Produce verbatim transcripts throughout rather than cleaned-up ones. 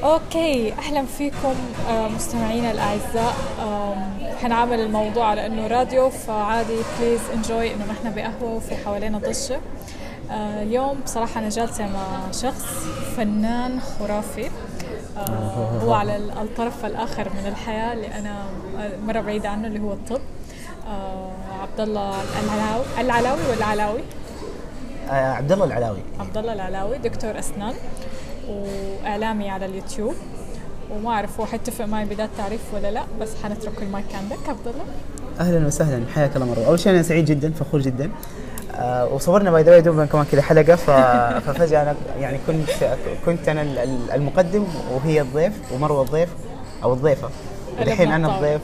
اوكي، اهلا فيكم آه، مستمعينا الاعزاء. آم، حنعمل الموضوع على انه راديو، فعادي بليز انجوي انه نحن بقهوه وفي حوالينا ضجه. آه، اليوم بصراحه انا جالسه مع شخص فنان خرافي. آه، هو على ال- الطرف الاخر من الحياه اللي انا مره بعيده عنه، اللي هو الطب. آه، عبد الله العلاوي العلاوي ولا علاوي؟ آه، عبد الله العلاوي. عبد الله العلاوي دكتور اسنان واعلامي على اليوتيوب، وما اعرف هو حيتفق معي بذات التعريف ولا لا، بس حنترك المايك عندك عبد الله. اهلا وسهلا، حياك الله مره. اول شيء انا سعيد جدا، فخور جدا. آه وصورنا باي ذا واي دوبنا كمان كذا حلقه، ف... ففجاه انا يعني كنت كنت انا ال- ال- المقدم وهي الضيف، ومروه الضيف او الضيفه، والحين انا الضيف.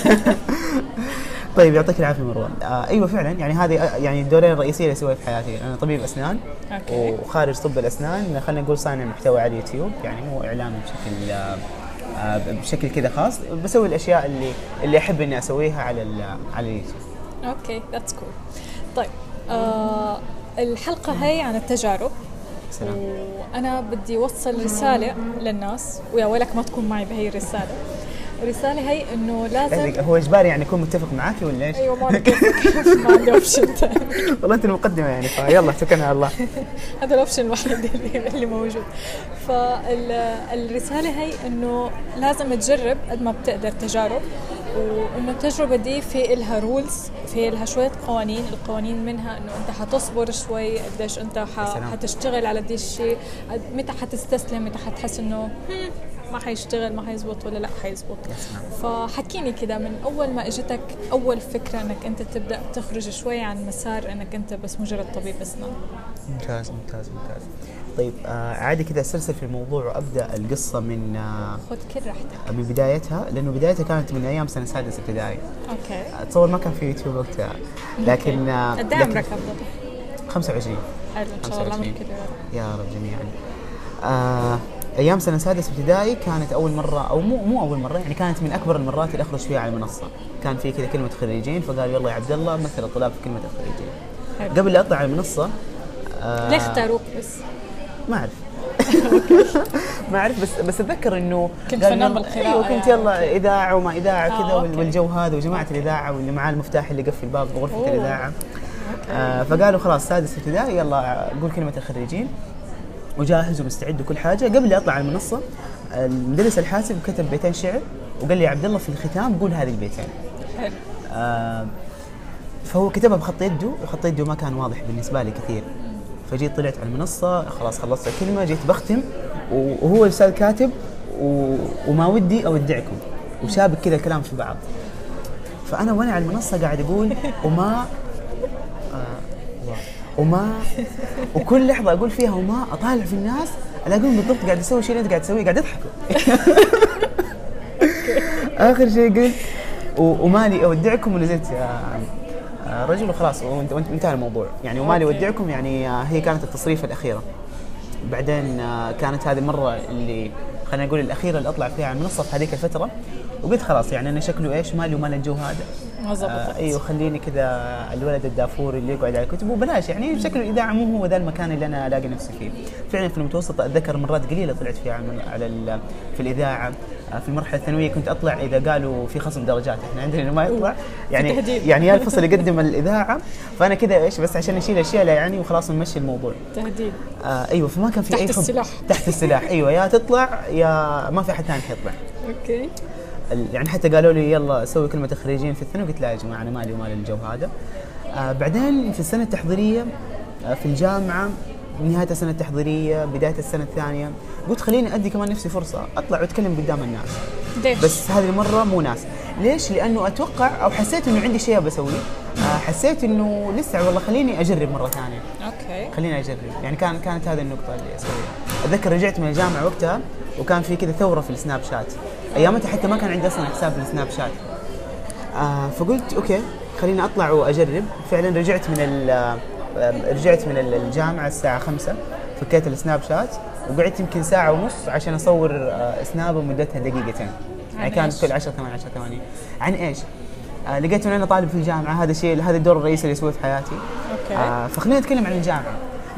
طيب يعطيك العافيه مروه. آه ايوه فعلا، يعني هذه يعني الدورين الرئيسيه اللي اسويها في حياتي. انا طبيب اسنان أوكي. وخارج طب الاسنان، خلينا نقول صانع محتوى على اليوتيوب، يعني مو اعلامي بشكل آه آه بشكل كذا خاص. بسوي الاشياء اللي اللي احب اني اسويها على ال- على اليوتيوب. اوكي ذاتس كول. طيب آه الحلقه هي عن التجارب. سلام. وانا بدي اوصل رساله للناس، ويا ويلك ما تكون معي بهي الرساله. الرساله هي انه لازم، هو اجباري يعني اكون متفق معاكي ولا ايش؟ ايوه ما بدي ما عندي اوبشن ثاني. والله انت المقدمه يعني، فيلا توكلنا على الله. هذا الاوبشن الوحيد اللي, اللي موجود. فالرساله هي انه لازم تجرب قد ما بتقدر تجارب، وانه التجربه دي في إلها رولز، في إلها شويه قوانين. القوانين منها انه انت حتصبر شوي، قديش انت ح... حتشتغل على دي الشيء، متى حتستسلم، متى حتحس انه هم ما حيشتغل، ما حيزبط ولا لا حيزبط. فحكيني كده من اول ما اجتك اول فكره انك انت تبدا تخرج شوي عن مسار انك انت بس مجرد طبيب اسنان. ممتاز ممتاز ممتاز. طيب آه عادي كذا استرسل في الموضوع وابدا القصه من آه خذ كل راحتك. من بدايتها، لانه بدايتها كانت من ايام سنه سادسه ابتدائي. اوكي. اتصور ما كان في يوتيوب وقتها، لكن آه قد ايه عمرك عبد الله؟ خمسة وعشرين. حلو ان شاء الله عمرك كذا يا رب جميعا. آه ايام سنه سادسه ابتدائي كانت اول مره، او مو مو اول مره يعني، كانت من اكبر المرات اللي اخرج فيها على المنصه. كان في كذا كلمه خريجين، فقال يلا يا عبد الله مثل الطلاب في كلمه الخريجين. حلو. قبل لا اطلع على المنصه آه ليه اختاروك بس؟ ما اعرف. ما اعرف، بس بس اتذكر انه كنت فنان بالقراءه. ايوه كنت يعني. يلا اذاعه وما اذاعه آه كذا، أوكي. والجو هذا، وجماعه الاذاعه واللي معاه المفتاح اللي يقفل باب غرفه أوه. الاذاعه. آه فقالوا خلاص سادس ابتدائي يلا قول كلمه الخريجين، وجاهز ومستعد وكل حاجه. قبل لا اطلع على المنصه المدرس الحاسب كتب بيتين شعر وقال لي يا عبد الله في الختام قول هذه البيتين. حلو. آه فهو كتبها بخط يده، وخط يده ما كان واضح بالنسبه لي كثير. فجيت طلعت على المنصه، خلاص خلصت الكلمه، جيت بختم وهو الاستاذ كاتب و... وما ودي اودعكم، وشابك كذا الكلام في بعض. فانا وانا على المنصه قاعد اقول وما آه وما وكل لحظه اقول فيها وما اطالع في الناس الاقيهم بالضبط قاعد يسوي شيء اللي انت قاعد تسويه، قاعد يضحكوا. اخر شيء قلت ومالي اودعكم، ونزلت يا رجل وخلاص، وانت انتهى الموضوع يعني. ومالي اودعكم يعني هي كانت التصريف الاخيره. بعدين كانت هذه المره اللي خلينا نقول الاخيره اللي اطلع فيها على المنصه في هذيك الفتره، وقلت خلاص يعني انا شكله ايش مالي ومال الجو هذا. ما زبطت. آه ايوه خليني كذا الولد الدافور اللي يقعد على الكتب وبلاش، يعني شكله الاذاعه مو هو ذا المكان اللي انا الاقي نفسي فيه. فعلا في المتوسط اتذكر مرات قليله طلعت فيها على في الاذاعه. آه في المرحله الثانويه كنت اطلع اذا قالوا في خصم درجات، احنا عندنا ما يطلع يعني يعني يا الفصل يقدم الاذاعه، فانا كذا ايش بس عشان نشيل اشياء يعني وخلاص نمشي الموضوع. تهديد. آه ايوه، فما كان في تحت اي خط السلاح. تحت السلاح ايوه، يا تطلع يا ما في احد ثاني حيطلع. اوكي. يعني حتى قالوا لي يلا سوي كلمة الخريجين في الثانوي، قلت لا يا جماعة أنا مالي ومال الجو هذا. آه بعدين في السنة التحضيرية آه في الجامعة، نهاية السنة التحضيرية بداية السنة الثانية، قلت خليني أدي كمان نفسي فرصة أطلع وأتكلم قدام الناس. ديش. بس هذه المرة مو ناس. ليش؟ لأنه أتوقع أو حسيت إنه عندي شيء بسويه. آه حسيت إنه لسه والله خليني أجرب مرة ثانية. اوكي. خليني أجرب يعني. كان كانت هذه النقطة اللي أسويها. أتذكر رجعت من الجامعة وقتها وكان في كذا ثورة في السناب شات. ايامتها حتى ما كان عندي اصلا حساب في السناب شات. آه فقلت اوكي خليني اطلع واجرب. فعلا رجعت من رجعت من الجامعه الساعه خمسة، فكيت السناب شات وقعدت يمكن ساعه ونص عشان اصور آه سنابه مدتها دقيقتين. يعني كانت كل عشرة ثمانية عشرة ثواني. عن ايش؟ آه لقيت انه انا طالب في الجامعه، هذا الشيء هذا الدور الرئيسي اللي اسويه في حياتي. اوكي. آه فخلينا نتكلم عن الجامعه.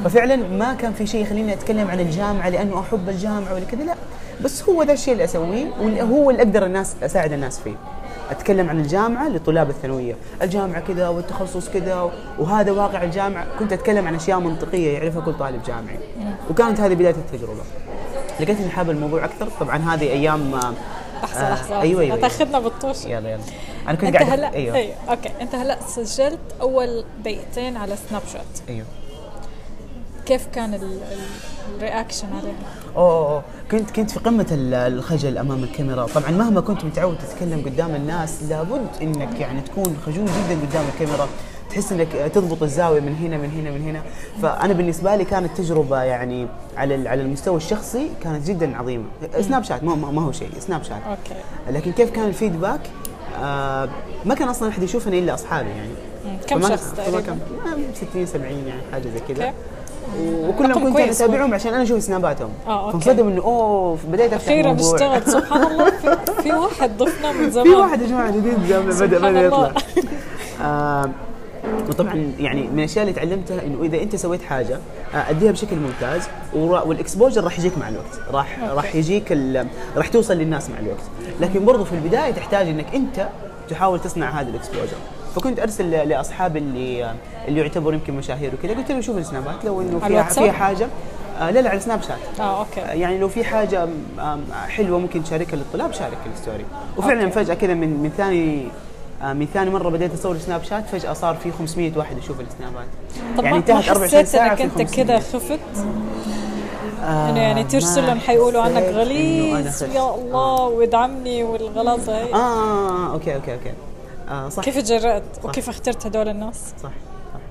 ففعلا ما كان في شيء يخليني اتكلم عن الجامعه لانه احب الجامعه ولا كذا، لا، بس هو ذا الشيء اللي اسويه وهو اللي اقدر الناس اساعد الناس فيه. اتكلم عن الجامعه لطلاب الثانويه، الجامعه كذا والتخصص كذا وهذا واقع الجامعه، كنت اتكلم عن اشياء منطقيه يعرفها كل طالب جامعي. وكانت هذه بدايه التجربه. لقيت اني حابب الموضوع اكثر. طبعا هذه ايام لحظه آه لحظه ايوه ايوه تاخذنا بالطوش. يلا يلا انا كنت انت قاعد هلا ايوه ايوه اوكي انت هلا سجلت اول دقيقتين على سناب شات. ايوه كيف كان ال- ال- الرياكشن عليها؟ اوه أوه. كنت كنت في قمه ال- الخجل امام الكاميرا. طبعا مهما كنت متعود تتكلم قدام الناس لابد انك يعني تكون خجول جدا قدام الكاميرا، تحس انك تضبط الزاويه من هنا من هنا من هنا. فانا بالنسبه لي كانت تجربه يعني على ال- على المستوى الشخصي كانت جدا عظيمه. سناب شات ما, ما هو شيء، سناب شات اوكي. لكن كيف كان الفيدباك؟ آه ما كان اصلا احد يشوفني الا اصحابي يعني. مم. كم فما- شخص فما تقريبا؟ كان آه، ستين سبعين يعني حاجه زي كذا. اوكي. وكلهم رقم كنت كويس اتابعهم عشان انا اشوف سناباتهم. اه اوكي. فانصدم انه اوه بديت افتح اخيرا موضوع. اشتغل سبحان الله. في, في واحد ضفنا من زمان. في واحد يا جماعه جديد بدا سبحان بدا الله. يطلع. آه وطبعا يعني من الاشياء اللي تعلمتها انه اذا انت سويت حاجه آه، اديها بشكل ممتاز ورا- والاكسبوجر راح يجيك مع الوقت، راح أوكي. راح يجيك ال- راح توصل للناس مع الوقت. لكن برضو في البدايه تحتاج انك انت تحاول تصنع هذا الاكسبوجر. فكنت ارسل ل- لاصحابي اللي اللي يعتبروا يمكن مشاهير وكذا، قلت لهم شوفوا السنابات لو انه على فيها الواتساب؟ فيها حاجه آه لا لا على سناب شات. اه اوكي. يعني لو في حاجه آم، حلوه ممكن تشاركها للطلاب شارك الستوري. وفعلا أوكي. فجاه كذا من من ثاني آه، من ثاني مره بديت اصور سناب شات فجاه صار في خمسمية واحد يشوف السنابات. طب يعني ما ما انتهت أربعة وعشرين حسيت ساعه انك في انت خمسمية. كذا خفت؟ آه انه يعني ما ترسلهم حيقولوا عنك حسيت إنه أنا غليظ خفت. يا الله وادعمني والغلاظه هي. آه, آه اوكي اوكي اوكي آه صح. كيف تجرأت صح. وكيف اخترت هدول الناس؟ صح صح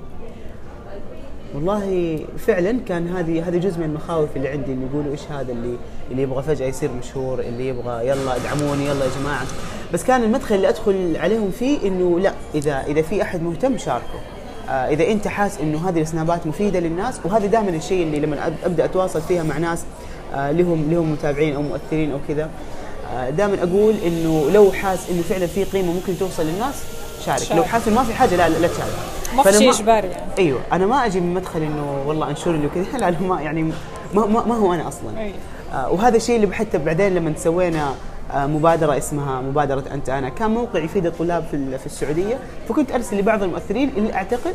والله فعلا كان هذه هذه جزء من المخاوف اللي عندي، اللي يقولوا ايش هذا اللي اللي يبغى فجأة يصير مشهور، اللي يبغى يلا ادعموني يلا يا جماعة. بس كان المدخل اللي ادخل عليهم فيه انه لا، اذا اذا في احد مهتم شاركه. آه اذا انت حاس انه هذه السنابات مفيدة للناس، وهذا دائما الشيء اللي لما أب- ابدا اتواصل فيها مع ناس آه لهم لهم متابعين او مؤثرين او كذا، آه دائما اقول انه لو حاس انه فعلا في قيمة ممكن توصل للناس شارك. شارك. لو حاس انه ما في حاجة لا لا, لا تشارك. ما في فأنا شيء ما- اجباري يعني. ايوه انا ما اجي من مدخل انه والله انشر لي وكذا، لا لا ما يعني ما, ما, ما هو انا اصلا. أي. آه وهذا الشيء اللي حتى بعدين لما سوينا آه مبادره اسمها مبادره انت انا، كان موقع يفيد الطلاب في ال- في السعوديه، فكنت ارسل لبعض المؤثرين اللي اعتقد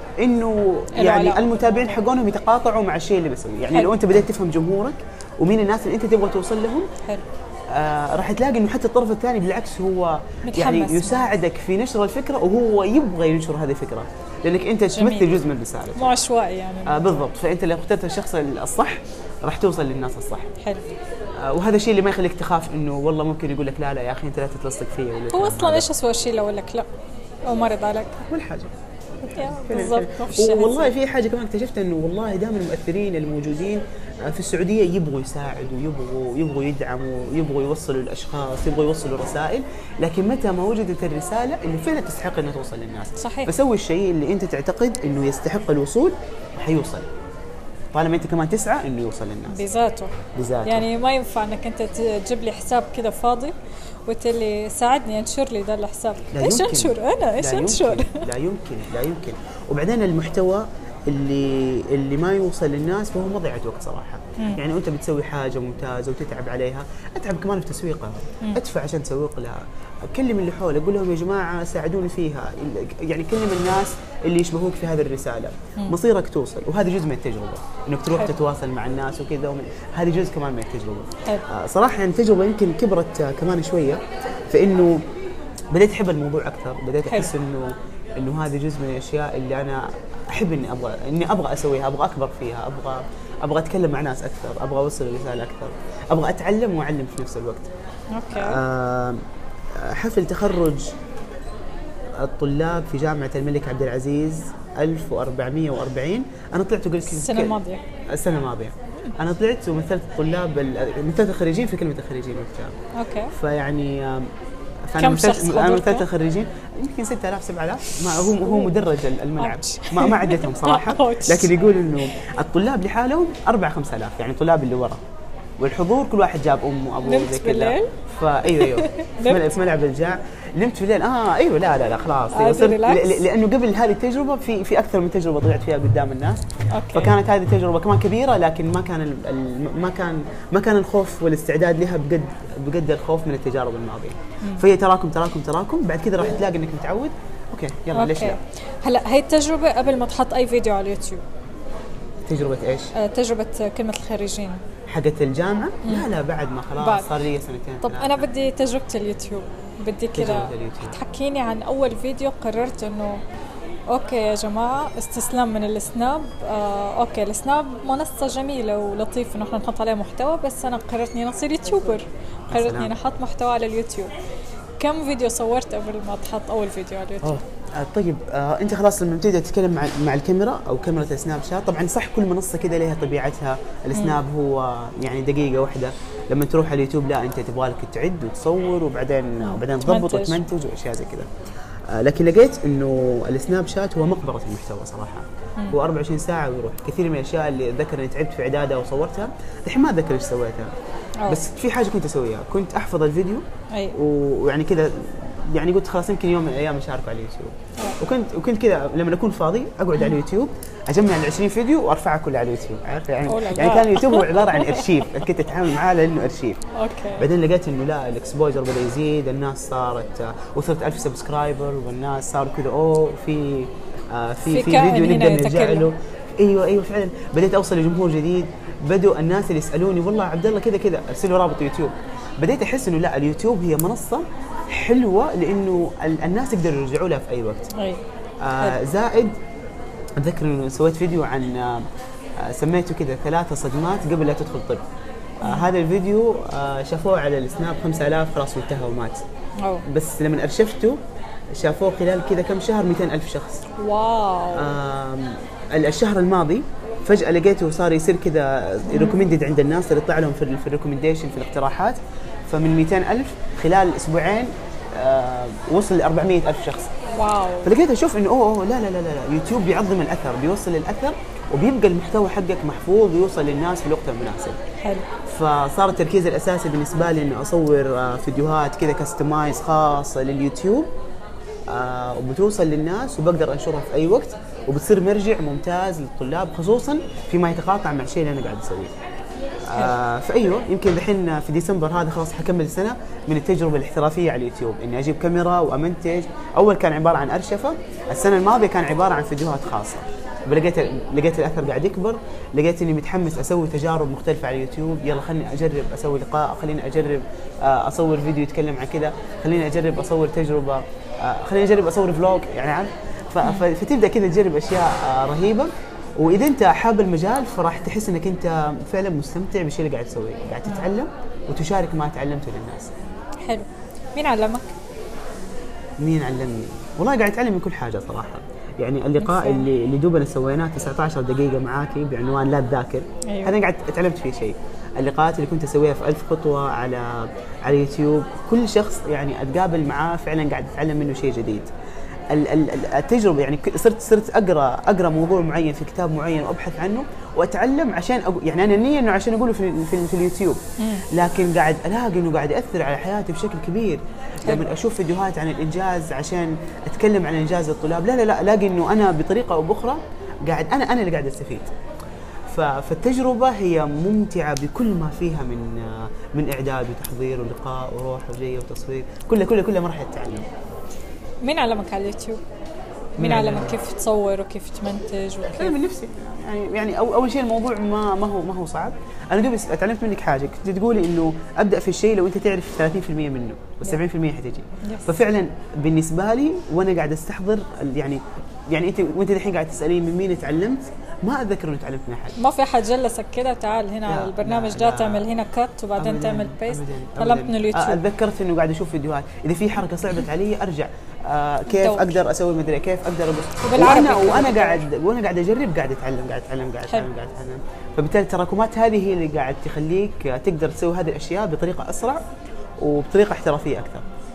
انه يعني علاقة. المتابعين حقونهم يتقاطعوا مع الشيء اللي بسويه. يعني حلو. لو انت بديت تفهم جمهورك ومين الناس اللي انت تبغى توصل لهم، حلو. آه راح تلاقي انه حتى الطرف الثاني بالعكس هو يعني متحمس. يساعدك في نشر الفكره، وهو يبغى ينشر هذه الفكره لانك انت جميل. تمثل جزء من الرساله. مو عشوائي يعني. آه بالضبط، فانت لو اخترت الشخص الصح راح توصل للناس الصح. حلو. آه وهذا الشيء اللي ما يخليك تخاف انه والله ممكن يقول لك لا لا يا اخي انت لا تتلصق فيا ولا هو الكلام اصلا هذا. ايش اسوء شيء لو اقول لك لا او ما رضى عليك؟ ولا حاجه. يا بالضبط ما في شيء. والله في حاجه كمان اكتشفت انه والله دائما المؤثرين الموجودين آه، في السعوديه يبغوا يساعدوا، يبغوا يبغوا يدعموا، يبغوا يوصلوا الاشخاص، يبغوا يوصلوا رسائل، لكن متى ما وجدت الرساله اللي فعلا تستحق انها توصل للناس. صحيح. فسوي الشيء اللي انت تعتقد انه يستحق الوصول حيوصل، طالما انت كمان تسعى انه يوصل للناس بذاته. بذاته. يعني ما ينفع انك انت تجيب لي حساب كذا فاضي وتقول لي ساعدني انشر لي ذا الحساب. لا ايش يمكن. انشر انا؟ ايش لا انشر؟ يمكن. لا يمكن لا يمكن وبعدين المحتوى اللي اللي ما يوصل للناس فهو مضيعة وقت صراحة. مم. يعني انت بتسوي حاجة ممتازة وتتعب عليها، اتعب كمان في تسويقها، مم. ادفع عشان تسوق لها، كلم اللي حولك، قول لهم يا جماعة ساعدوني فيها، يعني كلم الناس اللي يشبهوك في هذه الرسالة. مم. مصيرك توصل، وهذا جزء من التجربة، انك تروح حلو. تتواصل مع الناس وكذا، ومن هذه جزء كمان من التجربة. حلو. آه، صراحة يعني التجربة يمكن كبرت آه، كمان شوية، فإنه بديت أحب الموضوع أكثر، بديت حلو. أحس إنه إنه هذه جزء من الأشياء اللي أنا أحب إني أبغى إني أبغى أسويها، أبغى أكبر فيها، أبغى أبغى أتكلم مع ناس أكثر، أبغى أوصل الرسالة أكثر، أبغى أتعلم وأعلم في نفس الوقت. اوكي. آه، حفل تخرج الطلاب في جامعة الملك عبد العزيز ألف وأربعمية وأربعين، أنا طلعت وقلت السنة الماضية. السنة الماضية أنا طلعت ومثلت الطلاب ال- مثلت الخريجين في كلمة الخريجين بالكتاب. اوكي. فيعني آم، فأنا كم مثلت- شخص أنا حضرتوا؟ مثلت الخريجين يمكن ستة آلاف سبعة آلاف، ما هو هو مدرج ال- الملعب، أوتش. ما ما عدتهم صراحة، أوتش. لكن يقول إنه الطلاب لحالهم أربعة خمسة آلاف، يعني طلاب اللي ورا. والحضور كل واحد جاب امه وابوه نمت زي كذا. بالليل؟ فايوه ايوه في ملعب- في ملعب الجاع نمت في الليل. اه ايوه لا لا لا خلاص عادي صرت ريلاكس؟ ل- لانه قبل هذه التجربه في في اكثر من تجربه طلعت فيها قدام الناس. اوكي. فكانت هذه التجربه كمان كبيره، لكن ما كان ال- ال- ما كان ما كان الخوف والاستعداد لها بقد بقد الخوف من التجارب الماضيه. فهي تراكم تراكم تراكم، بعد كذا راح تلاقي انك متعود. اوكي يلا ليش لا. اوكي. هلا هي التجربه قبل ما تحط اي فيديو على اليوتيوب، تجربه ايش؟ آه، تجربه كلمه الخريجين. حقت الجامعه؟ لا لا بعد ما خلاص بعد. صار لي سنتين. طب ثلاثة. انا بدي تجربه اليوتيوب، بدي كذا تجربة اليوتيوب. تحكيني عن اول فيديو قررت انه اوكي يا جماعه استسلام من السناب. آه، اوكي السناب منصه جميله ولطيف انه احنا نحط عليها محتوى، بس انا قررت اني اصير يوتيوبر، قررت سلام. اني احط محتوى على اليوتيوب. كم فيديو صورت قبل ما تحط اول فيديو على اليوتيوب؟ أوه. آه، طيب آه، انت خلاص لما تبدا تتكلم مع مع الكاميرا او كاميرا السناب شات، طبعا صح كل منصه كذا لها طبيعتها. السناب هو يعني دقيقه واحده، لما تروح على اليوتيوب لا انت تبغى لك تعد وتصور وبعدين وبعدين تضبط تمنتج. وتمنتج واشياء زي كذا. آه، لكن لقيت انه السناب شات هو مقبره المحتوى صراحه. هو أربعة وعشرين ساعه ويروح. كثير من الاشياء اللي اتذكر اني تعبت في اعدادها وصورتها الحين ما اتذكر ايش سويتها. أوه. بس في حاجه كنت اسويها، كنت احفظ الفيديو أي. ويعني كذا يعني قلت خلاص يمكن يوم من الايام اشاركه على اليوتيوب. أوه. وكنت وكنت كذا لما اكون فاضي اقعد على اليوتيوب اجمع ال عشرين فيديو وارفعها كلها على اليوتيوب، عارف يعني. أوه لا يعني لا. كان اليوتيوب هو عباره عن ارشيف، كنت اتعامل معاه لانه ارشيف. اوكي. بعدين لقيت انه لا الاكسبوجر بدا يزيد، الناس صارت آه، وصلت ألف سبسكرايبر والناس صاروا كذا اوه في آه في في في كائن فيديو هنا نقدر نرجع يتكلم. له. ايوه ايوه فعلا بديت اوصل لجمهور جديد. بدوا الناس اللي يسالوني والله عبد الله كذا كذا ارسل له رابط يوتيوب. بديت احس انه لا اليوتيوب هي منصه حلوه لانه ال- الناس يقدروا يرجعوا لها في اي وقت. اي. آه زائد اتذكر انه سويت فيديو عن آه آه، سميته كذا ثلاثة صدمات قبل لا تدخل طب. آه هذا الفيديو آه شافوه على السناب خمسة آلاف خلاص وانتهى ومات. أوه. بس لما ارشفته شافوه خلال كذا كم شهر مئتين ألف شخص. واو. آم، الشهر الماضي فجأة لقيته صار يصير كذا ريكومندد عند الناس اللي يطلع لهم في في الريكومنديشن في الاقتراحات. فمن مئتين ألف خلال اسبوعين آه وصل ل أربعمئة ألف شخص. واو. فلقيت اشوف انه اوه أوه لا لا لا لا يوتيوب بيعظم الاثر، بيوصل الاثر وبيبقى المحتوى حقك محفوظ ويوصل للناس في الوقت المناسب. حلو. فصار التركيز الاساسي بالنسبه لي انه اصور آه، فيديوهات كذا كاستمايز خاص لليوتيوب آه وبتوصل للناس وبقدر انشرها في اي وقت وبتصير مرجع ممتاز للطلاب، خصوصا فيما يتقاطع مع الشيء اللي انا قاعد اسويه. آه فايوه يمكن الحين في ديسمبر هذا خلاص حكمل سنه من التجربه الاحترافيه على اليوتيوب، اني اجيب كاميرا وامنتج. اول كان عباره عن ارشفه، السنه الماضيه كان عباره عن فيديوهات خاصه. لقيت لقيت الاثر قاعد يكبر، لقيت اني متحمس اسوي تجارب مختلفه على اليوتيوب. يلا خليني اجرب اسوي لقاء، خليني اجرب آه اصور فيديو يتكلم عن كذا، خليني اجرب اصور تجربه، آه خليني اجرب اصور فلوج يعني عارف. ف- ف- فتبدا كذا تجرب اشياء آه رهيبه. واذا انت حاب المجال فراح تحس انك انت فعلا مستمتع بالشيء اللي قاعد تسويه، قاعد تتعلم وتشارك ما تعلمته للناس. حلو. مين علمك؟ مين علمني؟ والله قاعد اتعلم من كل حاجه صراحه. يعني اللقاء اللي اللي دوبنا سويناه تسعة عشر دقيقه معاكي بعنوان لا تذاكر، أيوة. هذا قاعد اتعلمت فيه شيء. اللقاءات اللي كنت اسويها في ألف خطوه على على يوتيوب، كل شخص يعني اتقابل معاه فعلا قاعد اتعلم منه شيء جديد. ال- ال- ال- التجربه يعني ك- صرت صرت اقرا اقرا موضوع معين في كتاب معين وابحث عنه واتعلم عشان أقو يعني انا النيه انه عشان اقوله في في, في اليوتيوب، لكن قاعد الاقي انه قاعد ياثر على حياتي بشكل كبير. لما اشوف فيديوهات عن الانجاز عشان اتكلم عن انجاز الطلاب، لا لا لا الاقي انه انا بطريقه او باخرى قاعد انا انا اللي قاعد استفيد. ف- فالتجربه هي ممتعه بكل ما فيها من من اعداد وتحضير ولقاء وروح وجايه وتصوير، كلها كلها كلها مرحله تعلم. مين علمك على اليوتيوب؟ مين مين علمك علمك؟ كيف تصور وكيف تمنتج انا وكيف؟ من نفسي يعني يعني أو اول شيء الموضوع ما ما هو ما هو صعب. انا دوبي تعلمت منك حاجه، كنت تقولي انه ابدا في الشيء لو انت تعرف ثلاثين بالمئة منه وال70% حتجي. Yes. ففعلا بالنسبه لي وانا قاعد استحضر ال- يعني يعني انت وانت الحين قاعد تسالين من مين تعلمت، ما اتذكر اني تعلمت من احد. ما في احد جلسك كده تعال هنا لا، على البرنامج لا، ده لا. تعمل هنا كات وبعدين أبداً، تعمل بيست. أبداً، طلبت أبداً. من آه، اليوتيوب. اتذكرت انه قاعد اشوف فيديوهات، اذا في حركه صعبت علي ارجع آه كيف دور. اقدر اسوي مدري كيف اقدر ابص. وبالعربي وانا كمان وانا دور. قاعد وانا قاعد اجرب قاعد اتعلم قاعد اتعلم قاعد حلو. اتعلم قاعد اتعلم. فبالتالي التراكمات هذه هي اللي قاعد تخليك تقدر تسوي هذه الاشياء بطريقه اسرع وبطريقه احترافيه اكثر.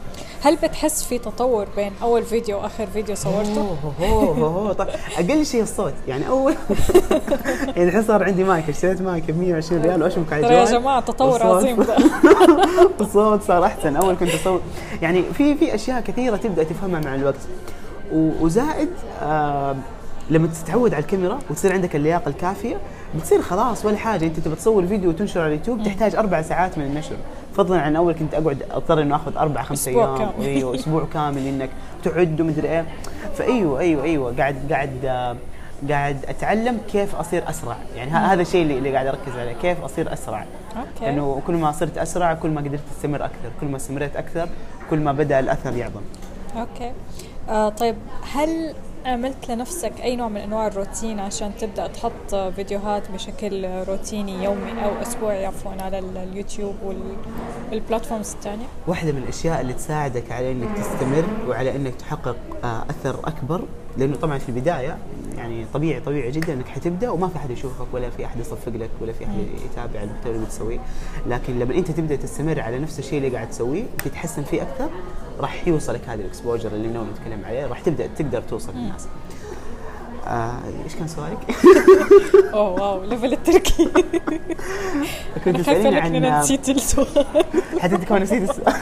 هل بتحس في تطور بين اول فيديو واخر فيديو صورته؟ اوه اوه اوه طيب اقل شيء الصوت يعني اول يعني الحين صار عندي مايك، اشتريت مايك ب مية وعشرين ريال واشبك على الجوال. يا جماعه تطور عظيم ده. الصوت صار احسن. اول كنت اصور يعني في في اشياء كثيره تبدا تفهمها مع الوقت، وزائد آه لما تتعود على الكاميرا وتصير عندك اللياقه الكافيه بتصير خلاص ولا حاجه. انت تبغى تصور فيديو وتنشر على اليوتيوب تحتاج اربع ساعات من النشر، فضلا عن اول كنت اقعد اضطر انه اخذ اربع خمس ايام ايوه اسبوع كامل انك تعد ومدري ايه. فايوه ايوه ايوه قاعد قاعد آه قاعد اتعلم كيف اصير اسرع. يعني هذا الشيء اللي, اللي قاعد اركز عليه، كيف اصير اسرع. اوكي. لانه كل ما صرت اسرع كل ما قدرت استمر اكثر، كل ما استمريت اكثر كل ما بدا الاثر يعظم. اوكي. آه طيب هل عملت لنفسك اي نوع من انواع الروتين عشان تبدا تحط فيديوهات بشكل روتيني يومي او اسبوعي عفوا على اليوتيوب والبلاتفورمز الثانيه؟ واحده من الاشياء اللي تساعدك على انك تستمر وعلى انك تحقق اثر اكبر، لانه طبعا في البدايه يعني طبيعي طبيعي جدا انك حتبدا وما في احد يشوفك ولا في احد يصفق لك ولا في احد يتابع المحتوى اللي بتسويه، لكن لما انت تبدا تستمر على نفس الشيء اللي قاعد تسويه تتحسن فيه اكثر راح يوصلك هذا الاكسبوجر اللي ناوي نتكلم عليه، راح تبدا تقدر توصل للناس. آه، ايش كان سؤالك؟ اوه واو ليفل التركي. كنت تسالني عن انا نسيت السؤال. حتى انت كمان نسيت السؤال.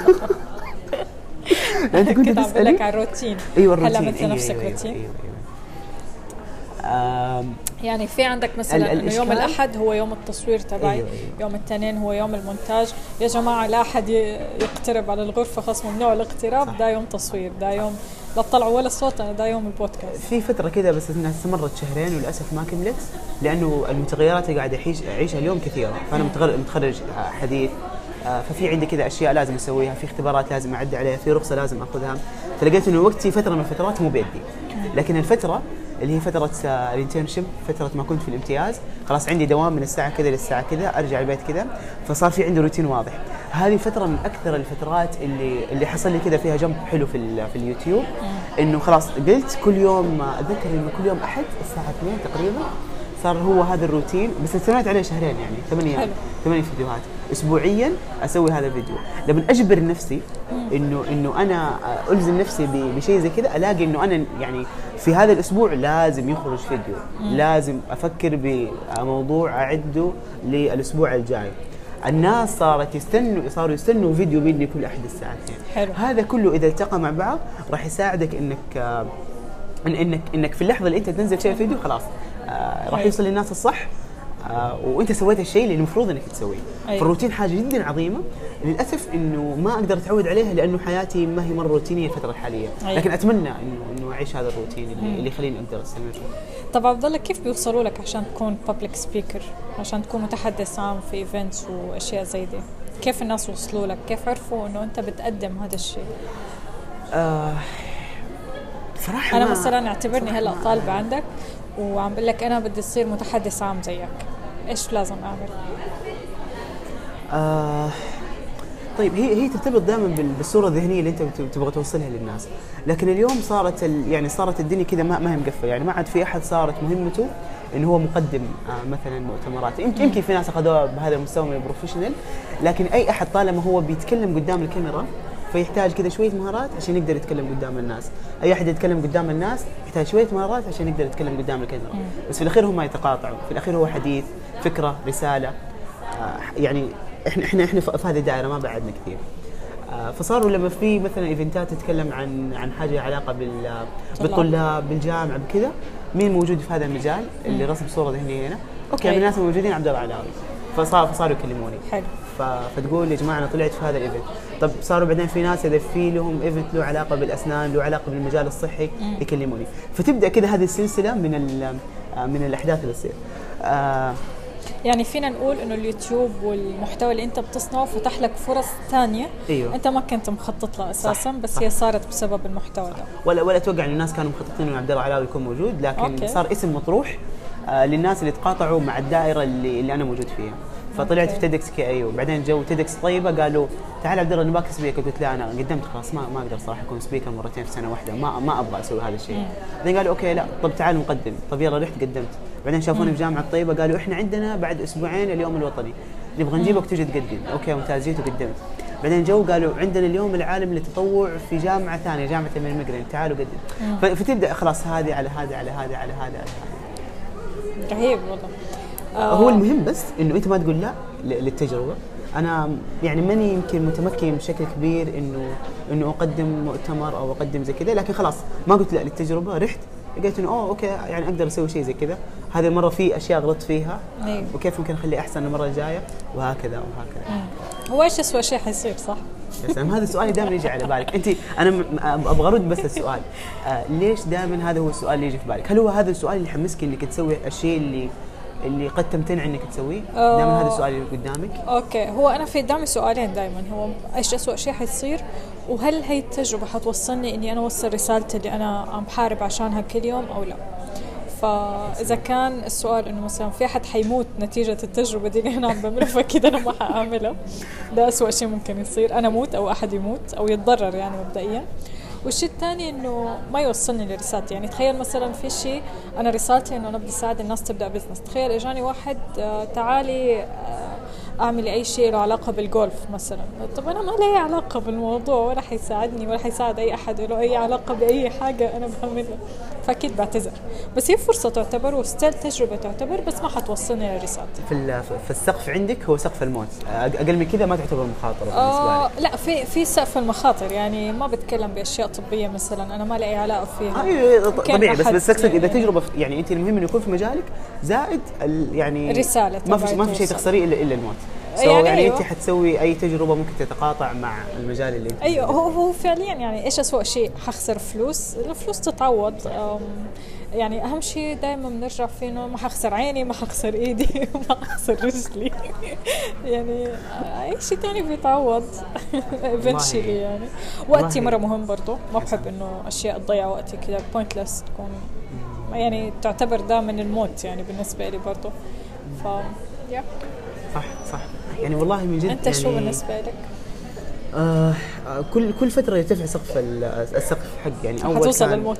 انت كنت تسالني لك عن الروتين. ايوه الروتين. هل عملت لنفسك أيوة روتين؟ أيوة أيوة. يعني في عندك مثلا انه يوم الاحد هو يوم التصوير تبعي، أيوة أيوة. يوم الاثنين هو يوم المونتاج. يا جماعه لا احد يقترب على الغرفه، خاص ممنوع الاقتراب. ده يوم تصوير، ده يوم لا تطلعوا ولا صوت، انا ده يوم البودكاست. في فتره كده بس انها استمرت شهرين وللاسف ما كملت، لانه المتغيرات اللي قاعد اعيش اعيشها اليوم كثيره، فانا متخرج حديث، ففي عندي كده اشياء لازم اسويها، في اختبارات لازم اعدي عليها، في رخصه لازم اخذها، فلقيت انه وقتي فتره من الفترات مو بيدي. لكن الفتره اللي هي فتره الانترنشيب، فتره ما كنت في الامتياز، خلاص عندي دوام من الساعه كذا للساعه كذا، ارجع البيت كذا، فصار في عندي روتين واضح. هذه فتره من اكثر الفترات اللي اللي حصل لي كذا فيها جنب حلو في في اليوتيوب، انه خلاص قلت كل يوم، اتذكر انه كل يوم احد الساعه اثنين تقريبا صار هو هذا الروتين، بس استمريت عليه شهرين، يعني ثمانية ثمانية فيديوهات اسبوعيا اسوي هذا الفيديو. لما اجبر نفسي انه انه انا الزم نفسي بشيء زي كذا، الاقي انه انا يعني في هذا الاسبوع لازم يخرج فيديو، لازم افكر بموضوع اعده للاسبوع الجاي. الناس صارت يستنوا صاروا يستنوا فيديو مني كل احد الساعتين. حلو. هذا كله اذا التقى مع بعض راح يساعدك انك انك انك في اللحظه اللي انت تنزل فيها الفيديو خلاص آه راح يوصل للناس الصح، آه وانت سويت الشيء اللي المفروض انك تسويه. أيوة. فالروتين حاجه جدا عظيمه، للاسف انه ما اقدر اتعود عليها لانه حياتي ما هي مره روتينيه الفتره الحاليه. أيوة. لكن اتمنى انه انه اعيش هذا الروتين اللي, اللي يخليني اقدر استمر. طب عبد الله، كيف بيوصلوا لك عشان تكون بابليك سبيكر، عشان تكون متحدث عام في ايفنتس واشياء زي دي؟ كيف الناس وصلوا لك؟ كيف عرفوا انه انت بتقدم هذا الشيء؟ آه صراحه انا مثلا اعتبرني هلا طالبه عندك وعم بقول لك انا بدي اصير متحدث عام زيك، ايش لازم اعمل؟ آه طيب هي هي ترتبط دائما بالصوره الذهنيه اللي انت تبغى توصلها للناس، لكن اليوم صارت يعني صارت الدنيا كذا ما, ما هي مقفله، يعني ما عاد في احد صارت مهمته انه هو مقدم آه مثلا مؤتمرات. يمكن يمكن في ناس اخذوها بهذا المستوى من البروفيشنال، لكن اي احد طالما هو بيتكلم قدام الكاميرا فيحتاج كذا شويه مهارات عشان يقدر يتكلم قدام الناس. اي احد يتكلم قدام الناس يحتاج شويه مهارات عشان يقدر يتكلم قدام الكاميرا. بس في الاخير هم يتقاطعوا، في الاخير هو حديث، فكره، رساله. آه يعني احنا احنا احنا في هذه الدائره ما بعدنا كثير. آه فصاروا لما في مثلا ايفنتات تتكلم عن عن حاجه علاقه بال بالطلاب بالجامعه بكذا، مين موجود في هذا المجال اللي رسم صوره ذهنيه هنا؟ اوكي من الناس الموجودين عبد الله علاوي، فصار فصاروا يكلموني. حلو. فتقول يا جماعه انا طلعت في هذا الايفنت. طب صاروا بعدين في ناس اذا في لهم ايفنت له علاقه بالاسنان، له علاقه بالمجال الصحي، مم. يكلموني. فتبدا كذا هذه السلسله من من الاحداث اللي تصير. آه يعني فينا نقول انه اليوتيوب والمحتوى اللي انت بتصنعه فتح لك فرص ثانيه. أيوه. انت ما كنت مخطط لها اساسا، صح. بس صح. هي صارت بسبب المحتوى ده. ولا ولا اتوقع ان الناس كانوا مخططين انه عبد الله علاوي يكون موجود، لكن أوكي. صار اسم مطروح آه للناس اللي تقاطعوا مع الدائره اللي, اللي انا موجود فيها. فطلعت في تيدكس كي اي، وبعدين جو تيدكس طيبه قالوا تعال عبد الله نباك سبيكر، قلت لا انا قدمت خلاص ما ما اقدر صراحه اكون سبيكر مرتين في سنه واحده، ما ما ابغى اسوي هذا الشيء. بعدين قالوا اوكي لا طب تعال مقدم، طب يلا رحت قدمت. بعدين شافوني في جامعه طيبه قالوا احنا عندنا بعد اسبوعين اليوم الوطني نبغى نجيبك تجي تقدم. اوكي ممتاز، جيت وقدمت. بعدين جو قالوا عندنا اليوم العالم للتطوع في جامعه ثانيه، جامعه الميرمجرين، تعالوا قدم. فتبدا خلاص هذه على هذا على هذا على هذا على هذا. رهيب والله. آه هو المهم بس انه انت ما تقول لا للتجربه. انا يعني ماني يمكن متمكن بشكل كبير انه انه اقدم مؤتمر او اقدم زي كذا، لكن خلاص ما قلت لا للتجربه، رحت لقيت انه اوه اوكي يعني اقدر اسوي شيء زي كذا، هذه المره في اشياء غلطت فيها أيوه. وكيف ممكن اخليه احسن المره الجايه، وهكذا وهكذا. هو ايش اسوء شيء حيصير صح؟ يا سلام، هذا السؤال دائما يجي على بالك انت. انا ابغى ارد بس السؤال، آه ليش دائما هذا هو السؤال اللي يجي في بالك؟ هل هو هذا السؤال اللي يحمسك انك تسوي الشيء اللي اللي قد تمتنع انك تسويه؟ دائما هذا السؤال اللي قدامك. اوكي، هو انا في قدامي سؤالين دائما، هو ايش اسوء شيء حيصير، وهل هي التجربه حتوصلني اني انا اوصل رسالتي اللي انا عم بحارب عشانها كل يوم او لا. فاذا كان السؤال انه مثلا في احد حيموت نتيجه التجربه دي اللي انا عم بعملها، فكده انا ما حاعملها. ده اسوء شيء ممكن يصير، انا اموت او احد يموت او يتضرر يعني مبدئيا. والشيء الثاني انه ما يوصلني لرسالتي. يعني تخيل مثلا في شيء انا رسالتي انه انا بدي اساعد الناس تبدا بزنس، تخيل اجاني واحد آه تعالي آه اعمل اي شيء له علاقه بالجولف مثلا، طب انا ما لي علاقه بالموضوع ولا حيساعدني ولا حيساعد اي احد له اي علاقه باي حاجه انا بعملها، فاكيد بعتذر. بس هي فرصه تعتبر وستيل تجربه تعتبر، بس ما حتوصلني لرسالتي. في في السقف عندك هو سقف الموت، اقل من كذا ما تعتبر مخاطره آه بالنسبه لي. لا، في في سقف المخاطر، يعني ما بتكلم باشياء طبيه مثلا انا ما لي علاقه فيها. آه طبيعي، بس بس اقصد اذا تجربه يعني انت المهم انه يكون في مجالك زائد يعني رساله، ما في ما في شيء تخسريه الا الا الموت. يعني, يعني أيوه. انت حتسوي اي تجربه ممكن تتقاطع مع المجال اللي انت ايوه هو هو فعليا يعني ايش اسوء شيء؟ حخسر فلوس، الفلوس تتعوض. يعني اهم شيء دائما بنرجع فيه انه ما حخسر عيني، ما حخسر ايدي، ما حخسر رجلي. يعني اي شيء ثاني بيتعوض ايفنشلي. يعني وقتي مره مهم برضه، ما بحب انه اشياء تضيع وقتي كذا بوينتلس تكون، يعني تعتبر ده من الموت يعني بالنسبه لي برضه. ف يا صح صح يعني والله من جد. انت يعني شو بالنسبه لك؟ آه كل كل فتره يرتفع سقف السقف حق يعني اول حتوصل للموت.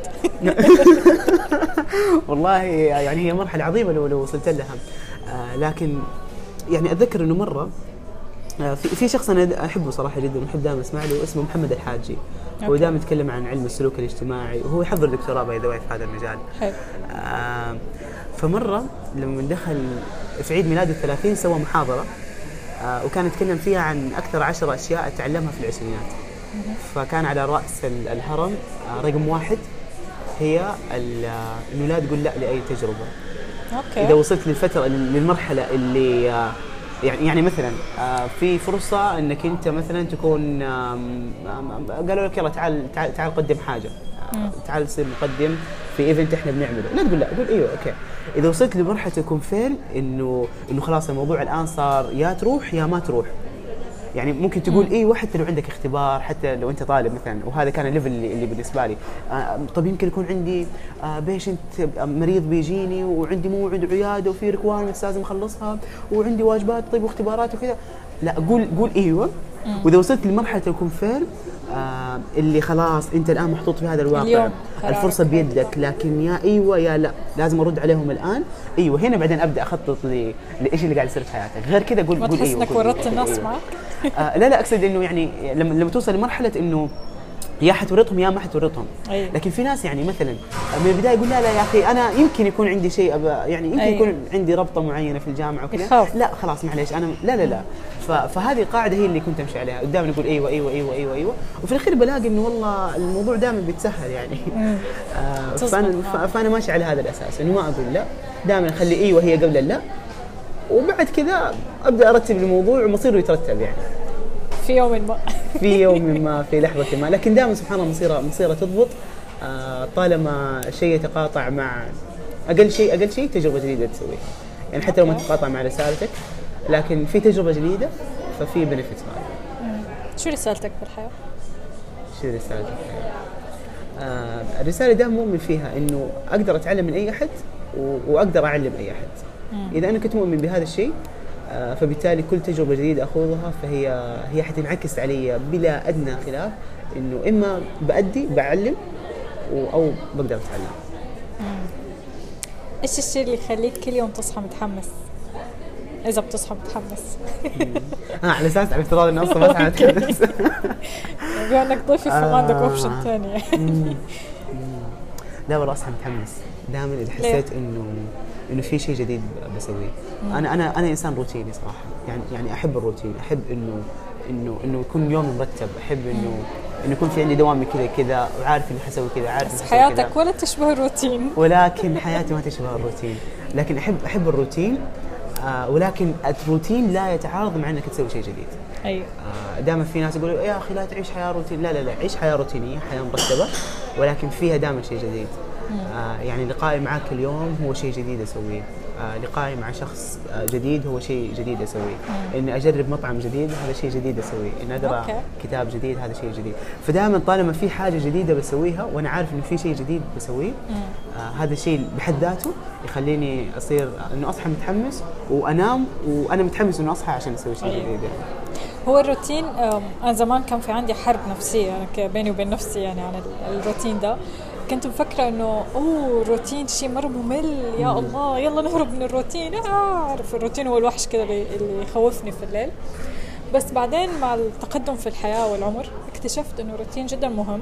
والله يعني هي مرحله عظيمه لو لو وصلت لها. آه لكن يعني اتذكر انه مره آه في في شخص انا احبه صراحه جدا وأحب دائما اسمع له، اسمه محمد الحاجي. هو دائما يتكلم عن علم السلوك الاجتماعي، وهو يحضر دكتوراه باي ذا واي في هذا المجال. حلو. آه فمره لما دخل في عيد ميلاده الثلاثين سوى محاضره، آه وكان يتكلم فيها عن أكثر عشر أشياء تعلمها في العشرينات. فكان على رأس الهرم آه رقم واحد هي إنه لا تقول لا لأي تجربة. أوكي. إذا وصلت للفترة للمرحلة اللي آه يعني يعني مثلا آه في فرصة إنك أنت مثلا تكون آه قالوا لك يلا تعال تعال تعال قدم حاجة، آه تعال تصير مقدم في ايفنت احنا بنعمله، لا تقول لا، قول ايوه اوكي. اذا وصلت لمرحله الكونفيل انه انه خلاص الموضوع الان صار يا تروح يا ما تروح، يعني ممكن تقول ايوه حتى لو عندك اختبار، حتى لو انت طالب مثلا، وهذا كان الليفل اللي, اللي بالنسبه لي. آه طب يمكن يكون عندي آه بيشنت مريض بيجيني وعندي موعد عياده وفي ريكوايرمنتس لازم اخلصها وعندي واجبات طيب واختبارات وكذا، لا قول قول ايوه. واذا وصلت لمرحله الكونفيل آه اللي خلاص انت الان محطوط في هذا الواقع، الفرصه بيدك، لكن يا ايوه يا لا، لازم ارد عليهم الان. ايوه هنا بعدين ابدا اخطط لايش اللي قاعد يصير في حياتك، غير كذا قول قول ايوه. ما تحس انك ورطت الناس أيوة. معك؟ آه لا لا اقصد انه يعني لما لما توصل لمرحله انه يا حتورطهم يا ما حتورطهم. أيوة. لكن في ناس يعني مثلا من البدايه يقول لا لا يا اخي انا يمكن يكون عندي شيء يعني يمكن أيوة. يكون عندي ربطه معينه في الجامعه وكذا، لا خلاص معليش انا لا لا لا. فهذه القاعده هي اللي كنت امشي عليها، دائما نقول ايوه ايوه ايوه ايوه ايوه، وفي الاخير بلاقي انه والله الموضوع دائما بيتسهل يعني. آه فانا فانا ماشي على هذا الاساس انه ما اقول لا، دائما اخلي ايوه هي قبل اللا، وبعد كذا ابدا ارتب الموضوع ومصيره يترتب يعني في يوم ما في يوم ما في لحظه ما. لكن دائما سبحان الله مصيره مصيره تضبط آه طالما شيء يتقاطع مع اقل شيء اقل شيء تجربه جديده تسويها، يعني حتى لو ما تتقاطع مع رسالتك لكن في تجربه جديده ففي بنفيتس معها. شو رسالتك في الحياه؟ شو رسالتك في الحياه؟ آه الرساله دائما مؤمن فيها انه اقدر اتعلم من اي احد واقدر اعلم اي احد. مم. اذا انا كنت مؤمن بهذا الشيء آه فبالتالي كل تجربه جديده اخوضها فهي هي حتنعكس علي بلا ادنى خلاف انه اما بادي بعلم او بقدر اتعلم. مم. ايش الشيء اللي يخليك كل يوم تصحى متحمس؟ اذا بتصحى متحمس. اه على اساس على افتراض انه اصلا ما صحى متحمس. بما انك ضيفي فما عندك اوبشن ثانيه. لا والله اصحى متحمس دائما اذا حسيت انه انه في شيء جديد بسويه. انا انا انا انسان روتيني صراحه، يعني يعني احب الروتين، احب انه انه انه يكون يومي مرتب، احب انه انه يكون في عندي دوامي كذا كذا وعارف اني حسوي كذا، عارف بس حياتك ولا تشبه الروتين. ولكن حياتي ما تشبه الروتين، لكن احب احب الروتين. آه ولكن الروتين لا يتعارض مع انك تسوي شيء جديد. ايوه. آه دائما في ناس يقولوا يا اخي لا تعيش حياه روتين، لا لا لا عيش حياه روتينيه، حياه مرتبه ولكن فيها دائما شيء جديد. آه يعني لقائي معك اليوم هو شيء جديد اسويه، آه لقائي مع شخص آه جديد هو شيء جديد اسويه، اني اجرب مطعم جديد هذا شيء جديد اسويه، اني اقرا أوكي. كتاب جديد هذا شيء جديد. فدائما طالما في حاجه جديده بسويها وانا عارف انه في شيء جديد بسويه، آه هذا الشيء بحد ذاته يخليني اصير انه اصحى متحمس وانام وانا متحمس انه اصحى عشان اسوي شيء جديد. هو الروتين، انا زمان كان في عندي حرب نفسيه انا بيني وبين نفسي يعني عن الروتين ده. كنت مفكرة إنه أوه الروتين شيء مرة ممل، يا مم. الله يلا نهرب من الروتين. آه عارف الروتين هو الوحش كده اللي يخوفني في الليل. بس بعدين مع التقدم في الحياة والعمر اكتشفت إنه الروتين جدا مهم،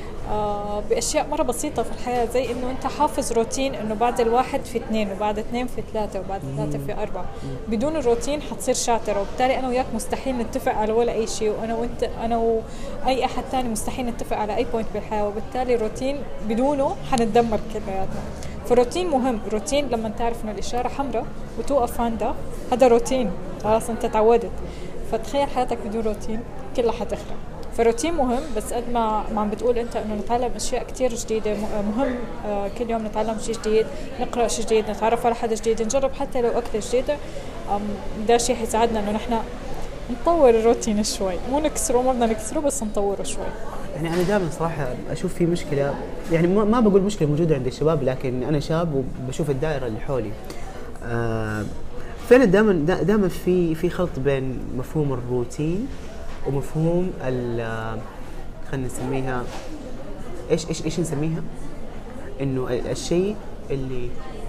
آه بأشياء مرة بسيطة في الحياة، زي إنه أنت حافظ روتين إنه بعد الواحد في اثنين وبعد اثنين في ثلاثة وبعد ثلاثة في أربعة. بدون الروتين حتصير شاطر، وبالتالي أنا وياك مستحيل نتفق على ولا أي شيء، وأنا وأنت أنا وأي أحد ثاني مستحيل نتفق على أي بوينت بالحياة، وبالتالي الروتين بدونه حنتدمر كلياتنا. فالروتين مهم. روتين لما تعرف إنه الإشارة حمراء وتوقف عندها، هذا روتين خلاص أنت تعودت. فتخيل حياتك بدون روتين كلها حتخرب. فالروتين مهم، بس قد ما ما عم بتقول انت انه نتعلم اشياء كتير جديده، مهم آه كل يوم نتعلم شيء جديد، نقرا شيء جديد، نتعرف على حدا جديد، نجرب حتى لو اكله جديده. ده شيء حيساعدنا انه نحن نطور الروتين شوي، مو نكسره، ما بدنا نكسره بس نطوره شوي. يعني انا دائما صراحه اشوف في مشكله، يعني ما بقول مشكله موجوده عند الشباب، لكن انا شاب وبشوف الدائره اللي حولي. آه فعلا دائما دائما في في خلط بين مفهوم الروتين ومفهوم ال خلينا نسميها ايش ايش ايش نسميها؟ انه الشيء اللي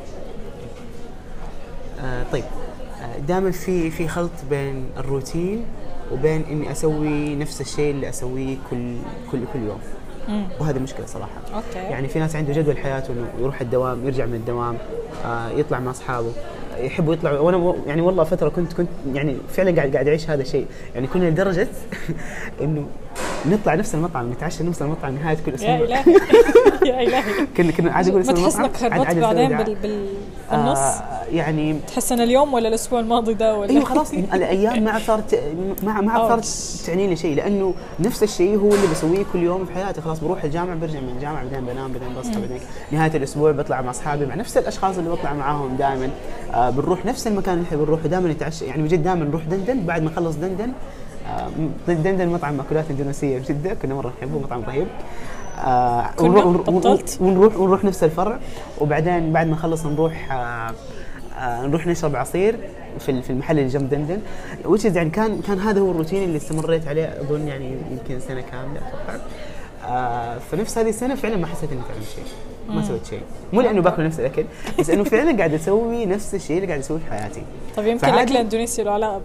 آه طيب آه دائما في في خلط بين الروتين وبين اني اسوي نفس الشيء اللي اسويه كل كل كل يوم. مم. وهذه مشكله صراحه. أوكي. يعني في ناس عنده جدول حياته انه يروح الدوام، يرجع من الدوام، آه يطلع مع اصحابه، يحبوا يطلعوا. وانا يعني والله فتره كنت كنت يعني فعلا قاعد قاعد اعيش هذا الشيء. يعني كنا لدرجه انه نطلع نفس المطعم، نتعشى نفس المطعم نهايه كل اسبوع. يا الهي يا الهي. كنا كنا عادي اقول اسم المطعم، ما تحس انك خربطت بعدين بال بالنص؟ آه يعني تحس ان اليوم ولا الاسبوع الماضي ده ولا ايوه خلاص الايام ما صارت ما ما صارت تعني لي شيء، لانه نفس الشيء هو اللي بسويه كل يوم في حياتي. خلاص بروح الجامعه، برجع من الجامعه، بعدين بنام، بعدين بصحى، بعدين نهايه الاسبوع بطلع مع اصحابي، مع نفس الاشخاص اللي بطلع معاهم دائما. آه بنروح نفس المكان اللي نحب نروحه دائما، نتعشى. يعني بجد دائما نروح دندن، بعد ما نخلص دندن آه دندن مطعم مأكولات اندونيسيه بجده كنا مره نحبه، مطعم رهيب. آه ونروح ونروح ونروح نفس الفرع، وبعدين بعد ما نخلص نروح آه آه نروح نشرب عصير في في المحل اللي جنب دندن. وش يعني كان كان هذا هو الروتين اللي استمريت عليه اظن يعني يمكن سنه كامله اتوقع. آه فنفس هذه السنه فعلا ما حسيت اني تعمل شيء، ما سويت شيء، مو لانه باكل نفس الاكل، بس انه فعلا قاعد اسوي نفس الشيء اللي قاعد اسويه في حياتي. طيب يمكن الاكل الاندونيسي له علاقه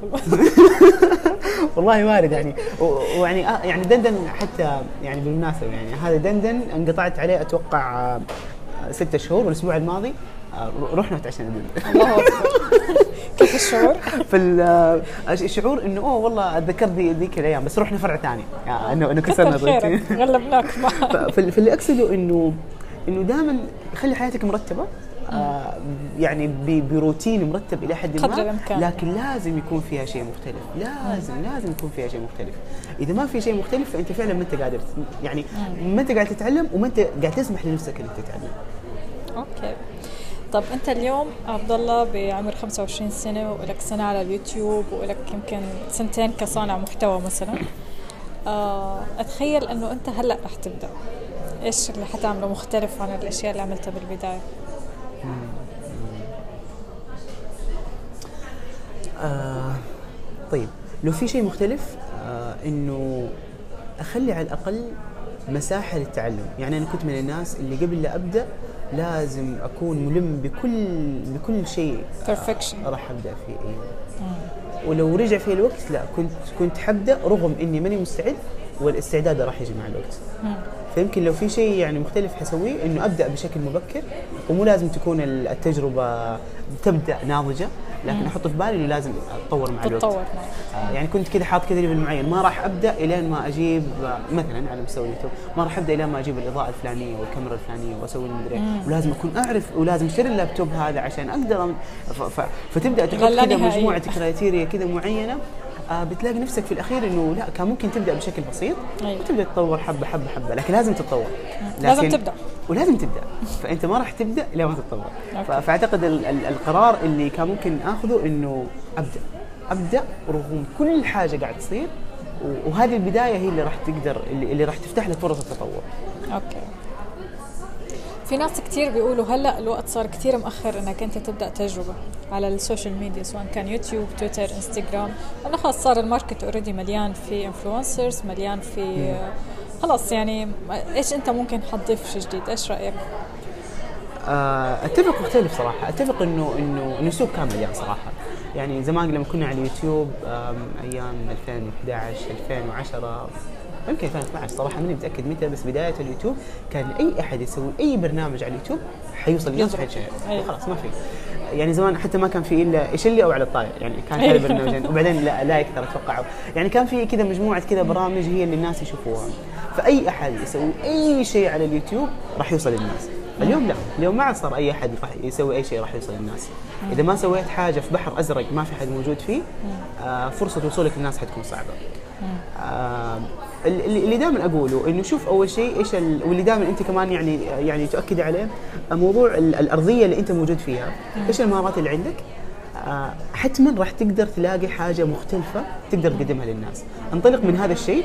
والله وارد يعني. ويعني آه يعني دندن حتى يعني بالمناسبه يعني هذا دندن انقطعت عليه اتوقع آه ستة شهور، والاسبوع الماضي آه رحنا تعشينا دندن. الله اكبر. كيف الشعور؟ في الشعور انه اوه والله اتذكر ذيك الايام، بس رحنا فرع ثاني يعني انه انه كسرنا الروتين، غلبناك معاه. فاللي اقصده انه انه دائما خلي حياتك مرتبه، آه يعني بروتين مرتب الى حد ما، لكن لازم يكون فيها شيء مختلف، لازم مم. لازم يكون فيها شيء مختلف. اذا ما في شيء مختلف فانت فعلا ما انت قادر، يعني ما انت قاعد تتعلم وما انت قاعد تسمح لنفسك انك تتعلم. اوكي. طب انت اليوم عبد الله بعمر خمسة وعشرين سنه، ولك سنه على اليوتيوب، ولك يمكن سنتين كصانع محتوى مثلا. آه اتخيل انه انت هلا رح تبدا، ايش اللي حتعمله مختلف عن الاشياء اللي عملتها بالبدايه؟ آه طيب لو في شيء مختلف آه انه اخلي على الاقل مساحه للتعلم. يعني انا كنت من الناس اللي قبل لا ابدا لازم اكون ملم بكل بكل شيء perfection راح ابدا فيه. ايوه ولو رجع في الوقت لا كنت كنت حبدا رغم اني ماني مستعد، والاستعداد راح يجي مع الوقت. مم. فيمكن لو في شيء يعني مختلف حسويه انه ابدا بشكل مبكر، ومو لازم تكون التجربه تبدا ناضجه، لكن احط في بالي انه لازم اتطور مع الوقت. تتطور. آه يعني كنت كذا حاط كذا ليفل معين، ما راح ابدا الين ما اجيب مثلا على مستوى اليوتيوب، ما راح ابدا الين ما اجيب الاضاءه الفلانيه والكاميرا الفلانيه واسوي المدري، ولازم اكون اعرف ولازم اشتري اللابتوب هذا عشان اقدر ف... ف... فتبدا تحط كذا مجموعه كرايتيريا كذا معينه. آه بتلاقي نفسك في الاخير انه لا كان ممكن تبدا بشكل بسيط. أيوة. وتبدا تتطور حبه حبه حبه، لكن لازم تتطور، لازم تبدا ولازم تبدا فانت ما راح تبدا الا ما تتطور. فاعتقد ال ال القرار اللي كان ممكن اخذه انه ابدا ابدا رغم كل حاجه قاعد تصير، وهذه البدايه هي اللي راح تقدر اللي, اللي راح تفتح لك فرص التطور. اوكي. في ناس كتير بيقولوا هلا الوقت صار كتير مأخر انك انت تبدا تجربه على السوشيال ميديا، سواء كان يوتيوب، تويتر، انستغرام، لانه خلاص صار الماركت اوريدي مليان في انفلونسرز، مليان في خلاص. يعني ايش انت ممكن حتضيف شيء جديد؟ ايش رايك؟ اتفق واختلف صراحه. اتفق انه انه انه السوق كان مليان صراحه. يعني زمان لما كنا على اليوتيوب ايام ألفين وإحدى عشر ألفين وعشرة يمكن ألفين واثني عشر صراحه ماني متاكد متى، بس بدايه اليوتيوب كان اي احد يسوي اي برنامج على اليوتيوب حيوصل للناس وحيتشهر. أيوة. خلاص ما في يعني زمان حتى ما كان في الا ايش اللي او على الطاير، يعني كان هذا برنامجين وبعدين لا لا اكثر اتوقع. يعني كان في كذا مجموعه كذا برامج هي اللي الناس يشوفوها، فاي احد يسوي اي شيء على اليوتيوب راح يوصل للناس. اليوم لا، اليوم ما عاد صار اي احد راح يسوي اي شيء راح يوصل للناس. اذا ما سويت حاجه في بحر ازرق ما في حد موجود فيه، آه فرصه وصولك للناس حتكون صعبه. آه اللي دائما اقوله انه شوف اول شيء ايش واللي دائما انت كمان يعني يعني تؤكد عليه موضوع الارضيه اللي انت موجود فيها، ايش المهارات اللي عندك. آه حتما راح تقدر تلاقي حاجه مختلفه تقدر تقدمها للناس. انطلق من هذا الشيء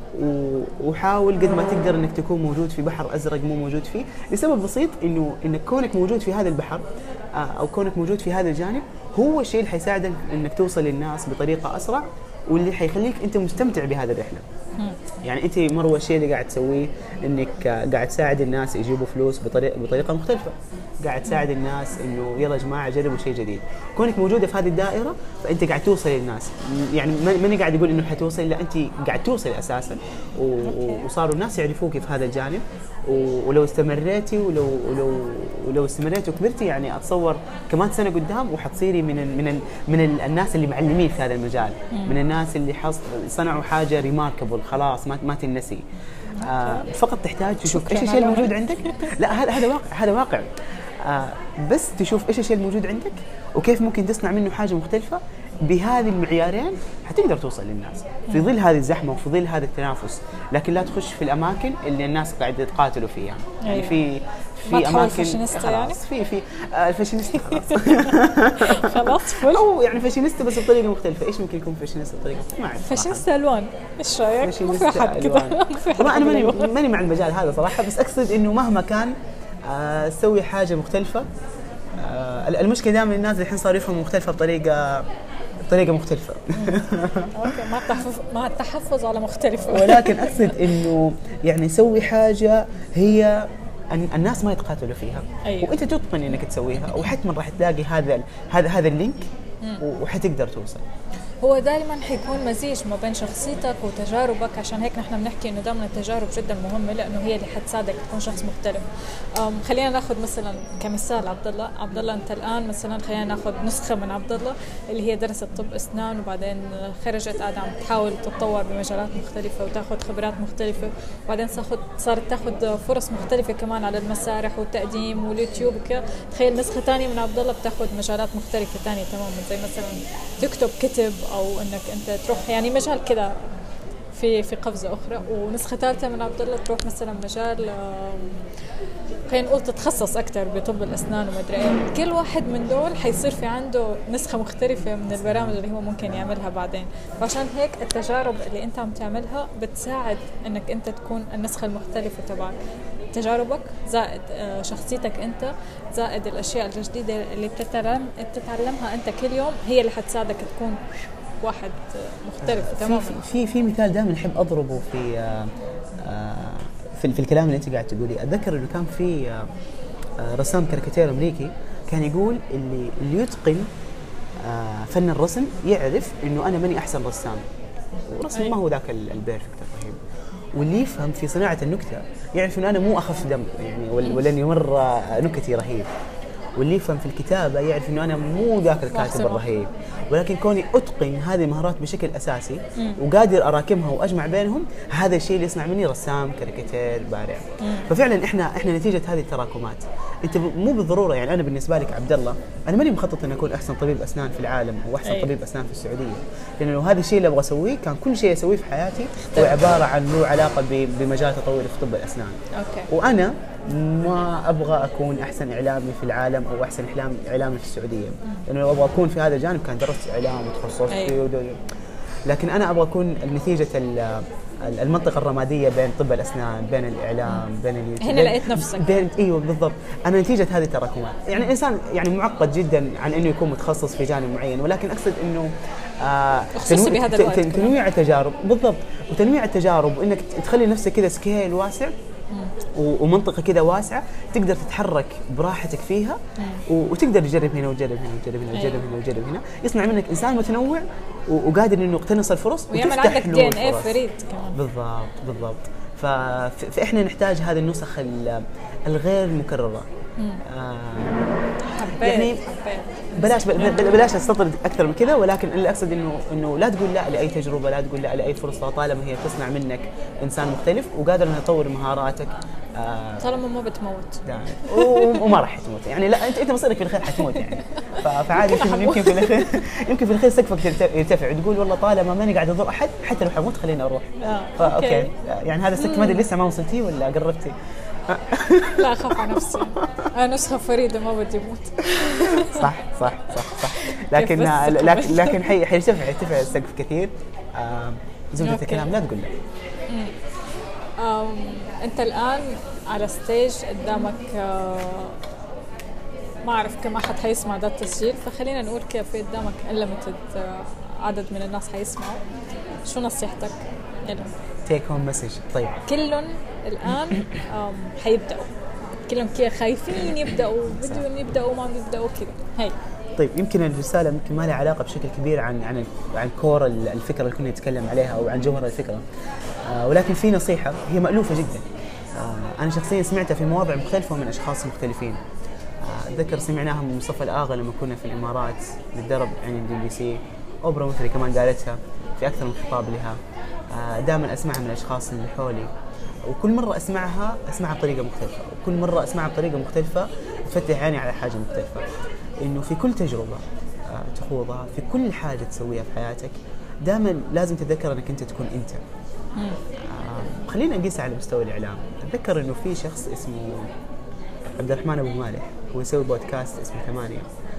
وحاول قد ما تقدر انك تكون موجود في بحر ازرق مو موجود فيه، لسبب بسيط انه انك كونك موجود في هذا البحر او كونك موجود في هذا الجانب هو الشيء اللي حيساعدك انك توصل للناس بطريقه اسرع، واللي حيخليك انت مستمتع بهذه الرحله. يعني انت مروه الشيء اللي قاعد تسويه انك قاعد تساعد الناس يجيبوا فلوس بطريقه بطريقه مختلفه، قاعد تساعد الناس انه يلا يا جماعه جربوا شيء جديد. كونك موجوده في هذه الدائره فانت قاعد توصل للناس. يعني ماني قاعد اقول انه حتوصل، لا انت قاعد توصل اساسا، وصاروا الناس يعرفوك في هذا الجانب. ولو استمريتي ولو ولو ولو استمريتي وكبرتي يعني اتصور كمان سنه قدام وحتصيري من ال من ال من ال الناس اللي معلمين في هذا المجال، من الناس اللي حص صنعوا حاجه ريماركبل خلاص ما ما تنسي. آه فقط تحتاج تشوف ايش الشيء الموجود عندك. لا هذا هذا واقع، هذا واقع. آه بس تشوف ايش الشيء الموجود عندك وكيف ممكن تصنع منه حاجه مختلفه. بهذه المعيارين حتقدر توصل للناس في ظل هذه الزحمه وفي ظل هذا التنافس، لكن لا تخش في الاماكن اللي الناس قاعده يتقاتلوا فيها. يعني في في اماكن يعني في في آه الفاشينيستا خلاص خلاص فل او يعني فاشينيستا بس بطريقه مختلفه. ايش ممكن يكون فاشينيستا بطريقه ما اعرف. فاشينيستا الوان ايش رايك؟ ما في حد كذا. انا ماني ماني مع المجال هذا صراحه، بس اقصد انه مهما كان آه سوي حاجه مختلفه. آه المشكله دائما الناس الحين صاروا يفهموا مختلفه بطريقه بطريقه مختلفه. اوكي مع التحفظ مع التحفظ على مختلفه. ولكن اقصد انه يعني سوي حاجه هي الناس ما يتقاتلوا فيها. أيوة. وانت تتقن انك تسويها وحتما راح تلاقي هذا هذا هذا اللينك وحتقدر توصل. هو دائما حيكون مزيج ما بين شخصيتك وتجاربك، عشان هيك نحن بنحكي انه دائما التجارب جدا مهمه، لانه هي اللي حتساعدك تكون شخص مختلف. خلينا ناخذ مثلا كمثال عبد الله. عبد الله انت الان مثلا خلينا ناخذ نسخه من عبد الله اللي هي درست طب اسنان وبعدين خرجت قاعده عم تحاول تتطور بمجالات مختلفه وتاخذ خبرات مختلفه، وبعدين صارت صارت تاخذ فرص مختلفه كمان على المسارح والتقديم واليوتيوب وكذا. تخيل نسخه ثانيه من عبد الله بتاخذ مجالات مختلفه ثانيه تماما، زي مثلا تكتب كتب او انك انت تروح يعني مجال كذا في في قفزه اخرى. ونسخه ثالثه من عبد الله تروح مثلا مجال خلينا نقول تتخصص اكثر بطب الاسنان وما ادري ايه. كل واحد من دول حيصير في عنده نسخه مختلفه من البرامج اللي هو ممكن يعملها بعدين. فعشان هيك التجارب اللي انت عم تعملها بتساعد انك انت تكون النسخه المختلفه تبعك. تجاربك زائد شخصيتك انت زائد الاشياء الجديده اللي بتتعلم بتتعلمها انت كل يوم هي اللي حتساعدك تكون واحد مختلف تماما. في في في مثال دائما احب اضربه في آه في, في الكلام اللي انت قاعد تقولي. اتذكر انه كان في آه رسام كاريكاتير امريكي كان يقول اللي اللي يتقن آه فن الرسم يعرف انه انا ماني احسن رسام، ورسم ما هو ذاك البيرفكت الرهيب. واللي يفهم في صناعه النكته يعرف انه انا مو اخف دم يعني ولا اني مره نكتي رهيب. واللي يفهم في الكتابه يعرف انه انا مو ذاك الكاتب الرهيب، ولكن كوني اتقن هذه المهارات بشكل اساسي مم. وقادر اراكمها واجمع بينهم، هذا الشيء اللي يصنع مني رسام كاريكاتير بارع. مم. ففعلا احنا احنا نتيجه هذه التراكمات. انت مو بالضروره يعني انا بالنسبه لك عبد الله انا ماني مخطط ان اكون احسن طبيب اسنان في العالم او احسن أي. طبيب اسنان في السعوديه، لانه هذا الشيء اللي ابغى اسويه كان كل شيء اسويه في حياتي هو عباره عن له علاقه بمجال تطوري في طب الاسنان. أوكي. وانا ما ابغى اكون احسن اعلامي في العالم او احسن اعلامي في السعوديه، لانه لو ابغى اكون في هذا الجانب كان درست اعلام وتخصصت فيه، لكن انا ابغى اكون نتيجه المنطقه الرماديه بين طب الاسنان، بين الاعلام، بين اليوتيوب. هنا لقيت نفسك. بين ايوه بالضبط. انا نتيجه هذه التراكمات، يعني الانسان يعني معقد جدا عن انه يكون متخصص في جانب معين، ولكن اقصد انه آه خصوصي بهذا الوقت تنويع التجارب بالضبط، وتنويع التجارب وانك تخلي نفسك كذا سكيل واسع ومنطقة كده واسعة تقدر تتحرك براحتك فيها، وتقدر تجرب هنا وتجرب هنا وتجرب هنا وتجرب هنا وتجرب هنا، يصنع منك إنسان متنوع وقادر إنه يقتنص الفرص ويعمل عندك دي إن إيه فريد كمان. بالضبط بالضبط. فإحنا نحتاج هذه النسخ الغير مكررة. آه حبيت يعني حبيت بلاش بلاش استطرد اكثر من كذا، ولكن اللي اقصد انه انه لا تقول لا لاي تجربه، لا تقول لا لاي فرصه طالما هي تصنع منك انسان مختلف وقادر انها تطور مهاراتك. آه طالما ما بتموت وما راح تموت يعني، لا انت انت مصيرك في الخير حتموت يعني. فعادي يمكن يمكن في الخير يمكن في الخير سقفك يرتفع وتقول والله طالما ماني قاعد اضر احد حتى لو حموت خليني اروح. فاوكي يعني هذا السقف ما ادري لسه ما وصلتي ولا قربتي. لا أخاف على نفسي، أنا نسخة فريدة ما بدي أموت. صح صح صح صح. لكن لكن لكن حي حيرتفع يرتفع السقف كثير. زبدة الكلام لا تقول لا. أنت الآن على ستيج قدامك، ما أعرف كم أحد حيسمع ده التسجيل، فخلينا نقول كيف في قدامك unlimited عدد من الناس حيسمعوا. شو نصيحتك لهم؟ تيك هوم مسج. طيب كلهم الآن حيبدأوا، كلهم كي خايفين يبدأوا، بدهم يبدأوا ما بيبدأوا كذا. هاي طيب يمكن الرسالة يمكن ما لها علاقة بشكل كبير عن عن عن كور الفكرة اللي كنا نتكلم عليها أو عن جوهر الفكرة، آه ولكن في نصيحة هي مألوفة جدا. آه أنا شخصيا سمعتها في مواضع مختلفة ومن أشخاص مختلفين. أتذكر آه سمعناها من مصطفى الآغا لما كنا في الإمارات نتدرب عند البي بي سي. أوبرا مثلي كمان قالتها في أكثر من خطاب لها. آه دائما أسمعها من الأشخاص اللي حولي، وكل مرة أسمعها أسمعها بطريقة مختلفة، وكل مرة أسمعها بطريقة مختلفة تفتح عيني على حاجة مختلفة. إنه في كل تجربة آه تخوضها، في كل حاجة تسويها في حياتك، دائما لازم تتذكر أنك أنت تكون أنت. آه خلينا نقيسها على مستوى الإعلام. أتذكر إنه في شخص اسمه عبد الرحمن أبو مالح، هو يسوي بودكاست اسمه ثمانية.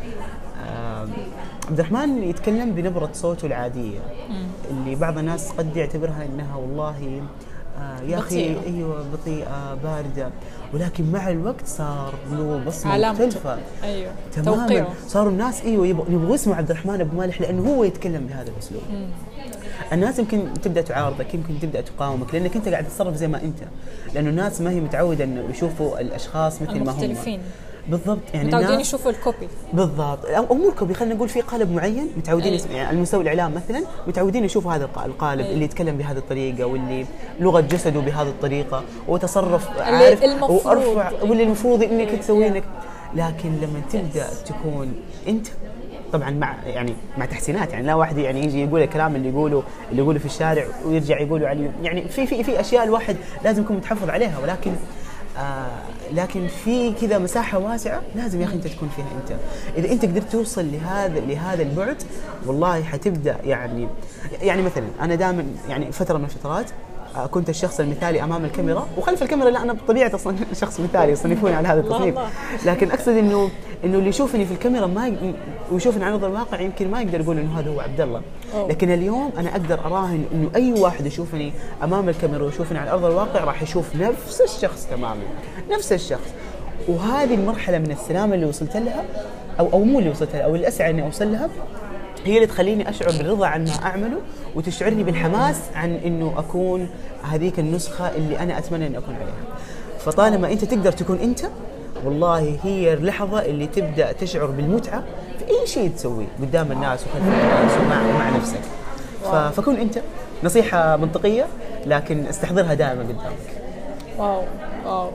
آه عبد الرحمن يتكلم بنبرة صوته العادية اللي بعض الناس قد يعتبرها إنها والله آه يا أخي أيوة بطيئة باردة، ولكن مع الوقت صار له بصمة مختلفة. أيوة تماماً. توقيعه. صاروا الناس أيوة يبغوا يسمعوا عبد الرحمن أبو مالح لأنه هو يتكلم بهذا الأسلوب. الناس يمكن تبدأ تعارضك، يمكن تبدأ تقاومك لأنك أنت قاعد تتصرف زي ما أنت، لأنه الناس ما هي متعودة إنه يشوفوا الأشخاص مثل ما هم. بالضبط يعني متعودين يشوفوا الكوبي. بالضبط، او مو الكوبي، خلينا نقول في قالب معين متعودين أيه. يعني على مستوى الاعلام مثلا متعودين يشوفوا هذا القالب أيه. اللي يتكلم بهذه الطريقه واللي لغه جسده بهذه الطريقه وتصرف عارف وارفع واللي المفروض انك تسويه. لكن لما تبدا تكون انت طبعا مع يعني مع تحسينات، يعني لا واحد يعني يجي يقول الكلام اللي يقوله اللي يقوله في الشارع ويرجع يقوله عليه، يعني في في في اشياء الواحد لازم يكون متحفظ عليها، ولكن آه لكن في كذا مساحة واسعة لازم يا أخي أنت تكون فيها أنت. إذا أنت قدرت توصل لهذا لهذا البعد والله حتبدأ يعني يعني مثلا أنا دائما يعني فترة من الفترات آه كنت الشخص المثالي أمام الكاميرا، وخلف الكاميرا لا أنا بطبيعة أصلا شخص مثالي يصنفوني على هذا التصنيف، لكن أقصد إنه إنه اللي يشوفني في الكاميرا ما ي... ويشوفني على أرض الواقع يمكن ما يقدر يقول إنه هذا هو عبد الله. لكن اليوم أنا أقدر أراهن إنه أي واحد يشوفني أمام الكاميرا ويشوفني على أرض الواقع راح يشوف نفس الشخص تماماً، نفس الشخص. وهذه المرحلة من السلامة اللي وصلت لها أو أو مو اللي وصلت لها أو اللي أسعى إني أوصل لها هي اللي تخليني أشعر بالرضا عن ما أعمله وتشعرني بالحماس عن إنه أكون هذيك النسخة اللي أنا أتمنى إني أكون عليها. فطالما أنت تقدر تكون أنت والله هي اللحظة اللي تبدأ تشعر بالمتعة في أي شيء تسويه قدام الناس وخلف الناس ومع مع نفسك. فكون أنت، نصيحة منطقية لكن استحضرها دائما قدامك. واو واو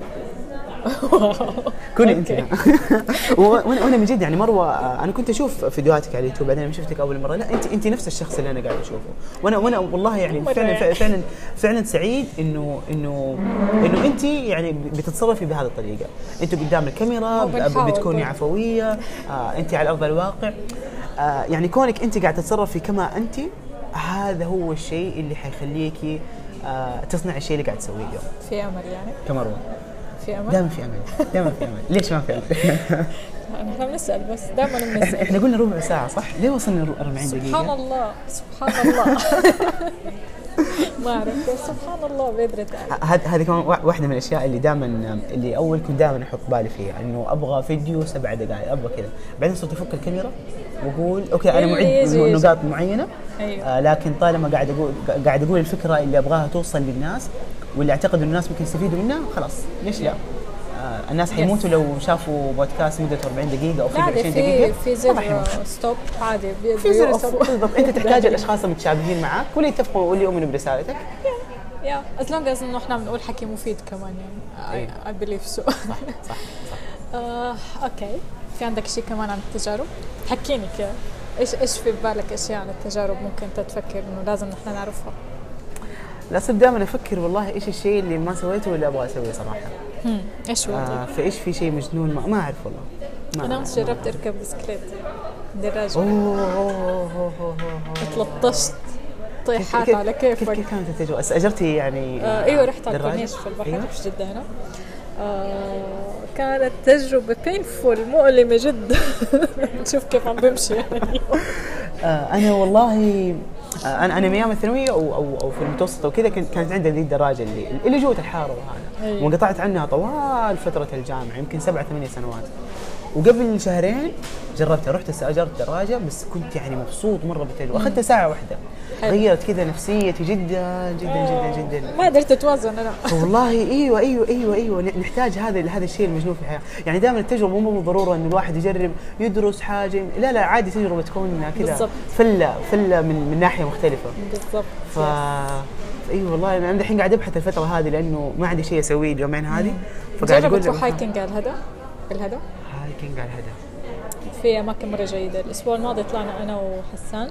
كوني انت. وانا وانا من جد يعني مروه، انا كنت اشوف فيديوهاتك على اليوتيوب بعدين لما شفتك اول مره، لا انت انت نفس الشخص اللي انا قاعد اشوفه. وانا وانا والله يعني فعلا فعلا فعلا سعيد انه انه انه انت يعني بتتصرفي بهذه الطريقه. انت قدام الكاميرا بتكوني عفويه، آه انت على ارض الواقع، آه يعني كونك انت قاعد تتصرفي كما انت، هذا هو الشيء اللي حيخليكي آه تصنع الشيء اللي قاعد تسويه اليوم. في امل يعني كمروه في امل؟ دائما في امل، دائما في امل. ليش ما في امل؟ احنا بنسال بس دائما بنسال. احنا قلنا ربع ساعه صح؟ ليه وصلنا أربعين دقيقه؟ سبحان الله سبحان الله. ما اعرف سبحان الله بقدرة. هذه هذه كمان واحده من الاشياء اللي دائما اللي اول كنت دائما احط بالي فيها، انه ابغى فيديو سبع دقائق، ابغى كذا. بعدين صرت افك الكاميرا واقول اوكي انا معد نقاط معينه. أيوه. آه لكن طالما قاعد اقول قاعد اقول الفكره اللي ابغاها توصل للناس واللي اعتقد ان الناس ممكن يستفيدوا منها، خلاص ليش لا؟ آه الناس حيموتوا لو شافوا بودكاست مدته أربعين دقيقه او عشرين دقيقه. في زر ستوب عادي في زر ستوب بالضبط. انت تحتاج الاشخاص المتشابهين معك واللي يتفقوا واللي يؤمنوا برسالتك. يا از لونج از انه احنا بنقول حكي مفيد كمان يعني. اي بليف سو. صح صح صح. آه، اوكي، في عندك شيء كمان عن التجارب؟ حكيني كده، ايش ايش في بالك اشياء عن التجارب ممكن انت تفكر انه لازم نحن نعرفها؟ لا صرت دائما افكر والله ايش الشيء اللي ما سويته واللي ابغى اسويه صراحه. امم ايش هو؟ آه فايش في شيء مجنون ما, ما اعرف والله. ما انا امس جربت اركب بسكليت دراجه. اوه تلطشت طيحات على كيفك. كيف كانت التجربه؟ اجرتي يعني؟ آه ايوه رحت على الكورنيش في البحر. أيوة. في جده هنا. آه كانت تجربة بينفول مؤلمة جدا. شوف كيف عم بمشي يعني. آه أنا والله آه أنا أنا من أيام الثانوية أو أو أو في المتوسطة وكذا كانت عندي ذي الدراجة اللي اللي جوة الحارة وهذا. أيوة. وانقطعت عنها طوال فترة الجامعة يمكن سبعة ثمانية سنوات. وقبل شهرين جربتها، رحت استأجرت دراجة بس كنت يعني مبسوط مرة بالتجربة. أخذتها ساعة واحدة غيرت كذا نفسيتي جدا جدا جدا جدا. ما قدرت اتوازن انا. والله ايوه ايوه ايوه ايوه نحتاج هذا هذا الشيء المجنون في الحياه. يعني دائما التجربه مو بالضروره انه الواحد يجرب يدرس حاجه، لا لا عادي تجربه تكون كذا فله فله من من ناحيه مختلفه. بالضبط. ف ايوه والله انا الحين قاعد ابحث الفتره هذه لانه ما عندي شيء اسويه اليومين هذه. فقاعد اقول تروح هايكنج على الهدى. الهدى هايكنج على الهدى في اماكن مره جيده. الاسبوع الماضي طلعنا انا وحسان.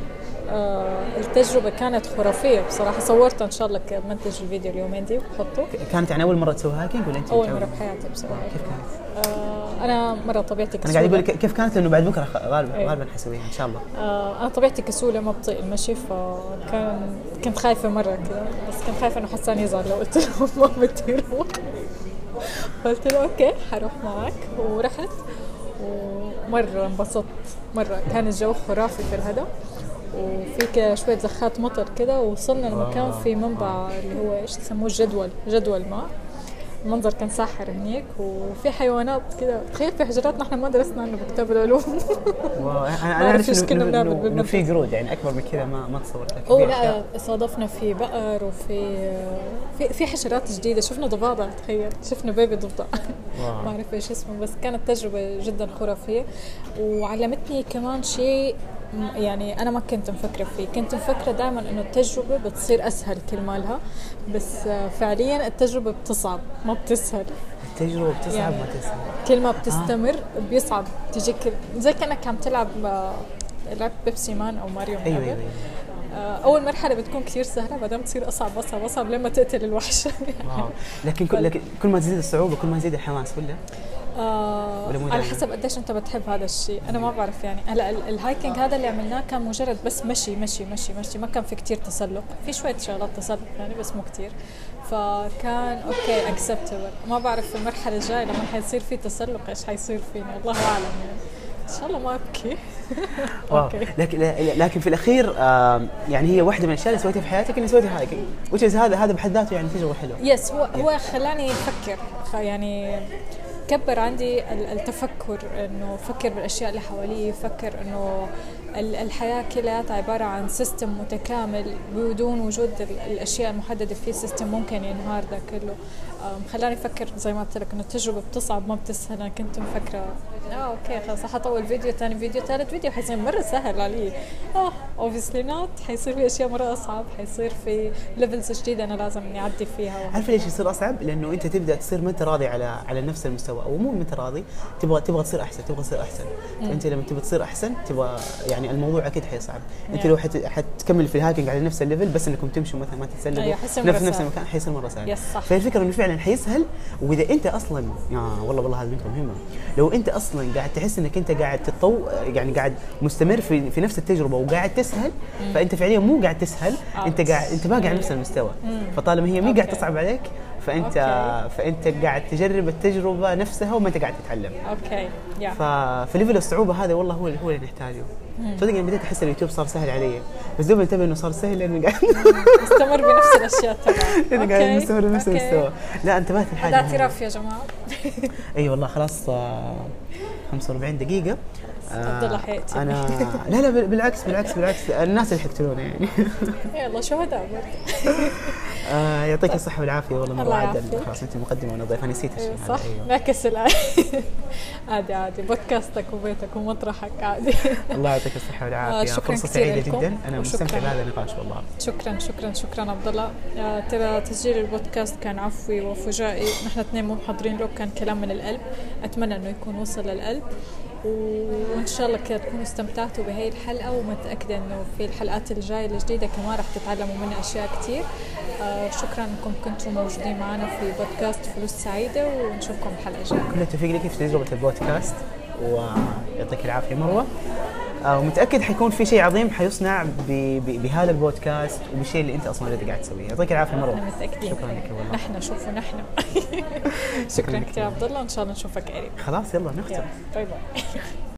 آه التجربة كانت خرافية بصراحة. صورتها إن شاء الله منتج الفيديو اليومين دي وبحطه. كانت يعني أول مرة تسوي هايكنج ولا أنت؟ أول مرة بحياتي بصراحة. كيف كانت؟ آه أنا مرة طبيعتي كسولة. أنا قاعد أقول كيف كانت لأنه بعد بكرة غالبا غالبا حسويها إن شاء الله. آه أنا طبيعتي كسولة ما بطيق المشي، فكان كنت خايفة مرة كذا، بس كنت خايفة إنه حسان يزعل لو قلت له ما بدي أروح. قلت له أوكي حروح معك ورحت ومرة انبسطت مرة. كان الجو خرافي في الهدى وفي شوية زخات مطر كده. ووصلنا لمكان في منبع اللي هو ايش تسموه جدول جدول ماء. المنظر كان ساحر هنيك وفي حيوانات كده. تخيل في حجرات نحن ما درسنا عنه بكتاب العلوم. واو انا اعرف انه انه في قرود يعني اكبر من كذا ما ما تصورت لك. اوه لا صادفنا في بقر وفي في في حشرات جديده. شفنا ضفادع، تخيل شفنا بيبي ضفدع. ما اعرف ايش اسمه بس كانت تجربه جدا خرافيه. وعلمتني كمان شيء يعني أنا ما كنت مفكرة فيه. كنت مفكرة دائما إنه التجربة بتصير أسهل كل مالها، بس فعليا التجربة بتصعب ما بتسهل. التجربة بتصعب يعني ما تسهل. كل ما بتستمر آه. بيصعب تجيك زي كأنك عم تلعب لعبة بيبسي مان أو ماريو. أيوة أيوة. أول مرحلة بتكون كثير سهلة بعدين بتصير أصعب أصعب أصعب لما تقتل الوحش. واو. لكن كل لكن كل ما تزيد الصعوبة كل ما يزيد الحماس ولا؟ آه على حسب قديش انت بتحب هذا الشيء. انا ما بعرف يعني. هلا الهايكنج هذا اللي عملناه كان مجرد بس مشي مشي مشي مشي، ما كان في كتير تسلق. في شويه شغلات تسلق يعني بس مو كتير. فكان اوكي اكسبتبل. ما بعرف في المرحله الجايه لما حيصير في تسلق ايش حيصير فينا الله اعلم يعني. ان شاء الله ما ابكي. اوكي لكن لكن في الاخير آه يعني هي واحده من الاشياء اللي سويتها في حياتك اني سويتي هايكنج وش هذا هذا بحد ذاته يعني تجربه حلوه. يس هو هو خلاني افكر يعني كبر عندي التفكر، انه فكر بالاشياء اللي حواليه، فكر انه الحياه كلها عباره عن سيستم متكامل، بدون وجود الاشياء المحدده فيه سيستم ممكن ينهار ده كله. خلاني افكر زي ما قلت لك انه التجربه بتصعب ما بتسهل. انا كنت مفكره اه اوكي خلاص حطول فيديو، ثاني فيديو، ثالث فيديو حيصير مره سهل علي. اه اوبسلي نوت، حيصير في اشياء مره اصعب، حيصير في ليفلز جديده انا لازم اني اعدي فيها. عارف ليش يصير اصعب؟ لانه انت تبدا تصير ما انت راضي على على نفس المستوى، او مو ما انت راضي، تبغى تبغى تصير احسن، تبغى تصير احسن. فانت لما تبغى تصير احسن تبغى يعني الموضوع اكيد حيصعب. انت لو حت حتكمل في الهاكينج على نفس الليفل بس انكم تمشوا مثلا ما تتسلقوا أيوة نفس نفس المكان، حيصير مره سهل. يس صح. فالفكره انه فعلا حيسهل. واذا انت اصلا يا والله والله هذه نقطه مهمه، لو انت اصلا قاعد تحس انك انت قاعد تتطو يعني قاعد مستمر في في نفس التجربه وقاعد تسهل، مم. فانت فعليا مو قاعد تسهل، أوت. انت قاعد انت باقي على نفس المستوى. مم. فطالما هي مي قاعد تصعب عليك فانت أوكي. فانت قاعد تجرب التجربه نفسها وما انت قاعد تتعلم. اوكي يا ففي ليفل الصعوبه هذا والله هو هو اللي نحتاجه. صدق انا بديت احس اليوتيوب صار سهل علي، بس دوب انتبه انه صار سهل لانه قاعد مستمر بنفس الاشياء تبعه. انا قاعد مستمر بنفس المستوى. لا انتبهت الحاجه، هذا اعتراف يا جماعه. اي والله خلاص خمسة وأربعين دقيقه. عبد الله حياتي انا لا لا بالعكس بالعكس بالعكس الناس اللي حيقتلونا يعني. يلا شهداء برضه. آه يعطيك الصحة والعافية والله مرة عدل. خلاص أنت مقدمة وأنا ضيف، أنا نسيت الشيء صح أيوه. ما كسل عادي عادي، بودكاستك وبيتك ومطرحك عادي. الله يعطيك الصحة والعافية. آه فرصة سعيدة جدا، أنا مستمتع بهذا النقاش والله. شكرا شكرا شكرا عبد الله. آه ترى تسجيل البودكاست كان عفوي وفجائي، نحن اثنين مو محضرين له، كان كلام من القلب، أتمنى إنه يكون وصل للقلب، وإن شاء الله كده تكونوا استمتعتوا بهاي الحلقة، ومتأكدة إنه في الحلقات الجاية الجديدة كمان رح تتعلموا منها أشياء كتير. آه شكرا إنكم كنتوا موجودين معنا في بودكاست فلوس سعيدة، ونشوفكم الحلقة الجاية. كل التوفيق لك في تجربة البودكاست ويعطيك العافية مروة. آه ومتأكد حيكون في شيء عظيم حيصنع بهذا البودكاست وبالشيء اللي أنت أصلاً قاعد تسويه. يعطيك العافية مروة. احنا متأكدين. شكرا لك والله. نحن شوفوا نحن. شكرا كثير عبد الله، إن شاء الله نشوفك قريب. خلاص يلا نختم. باي باي.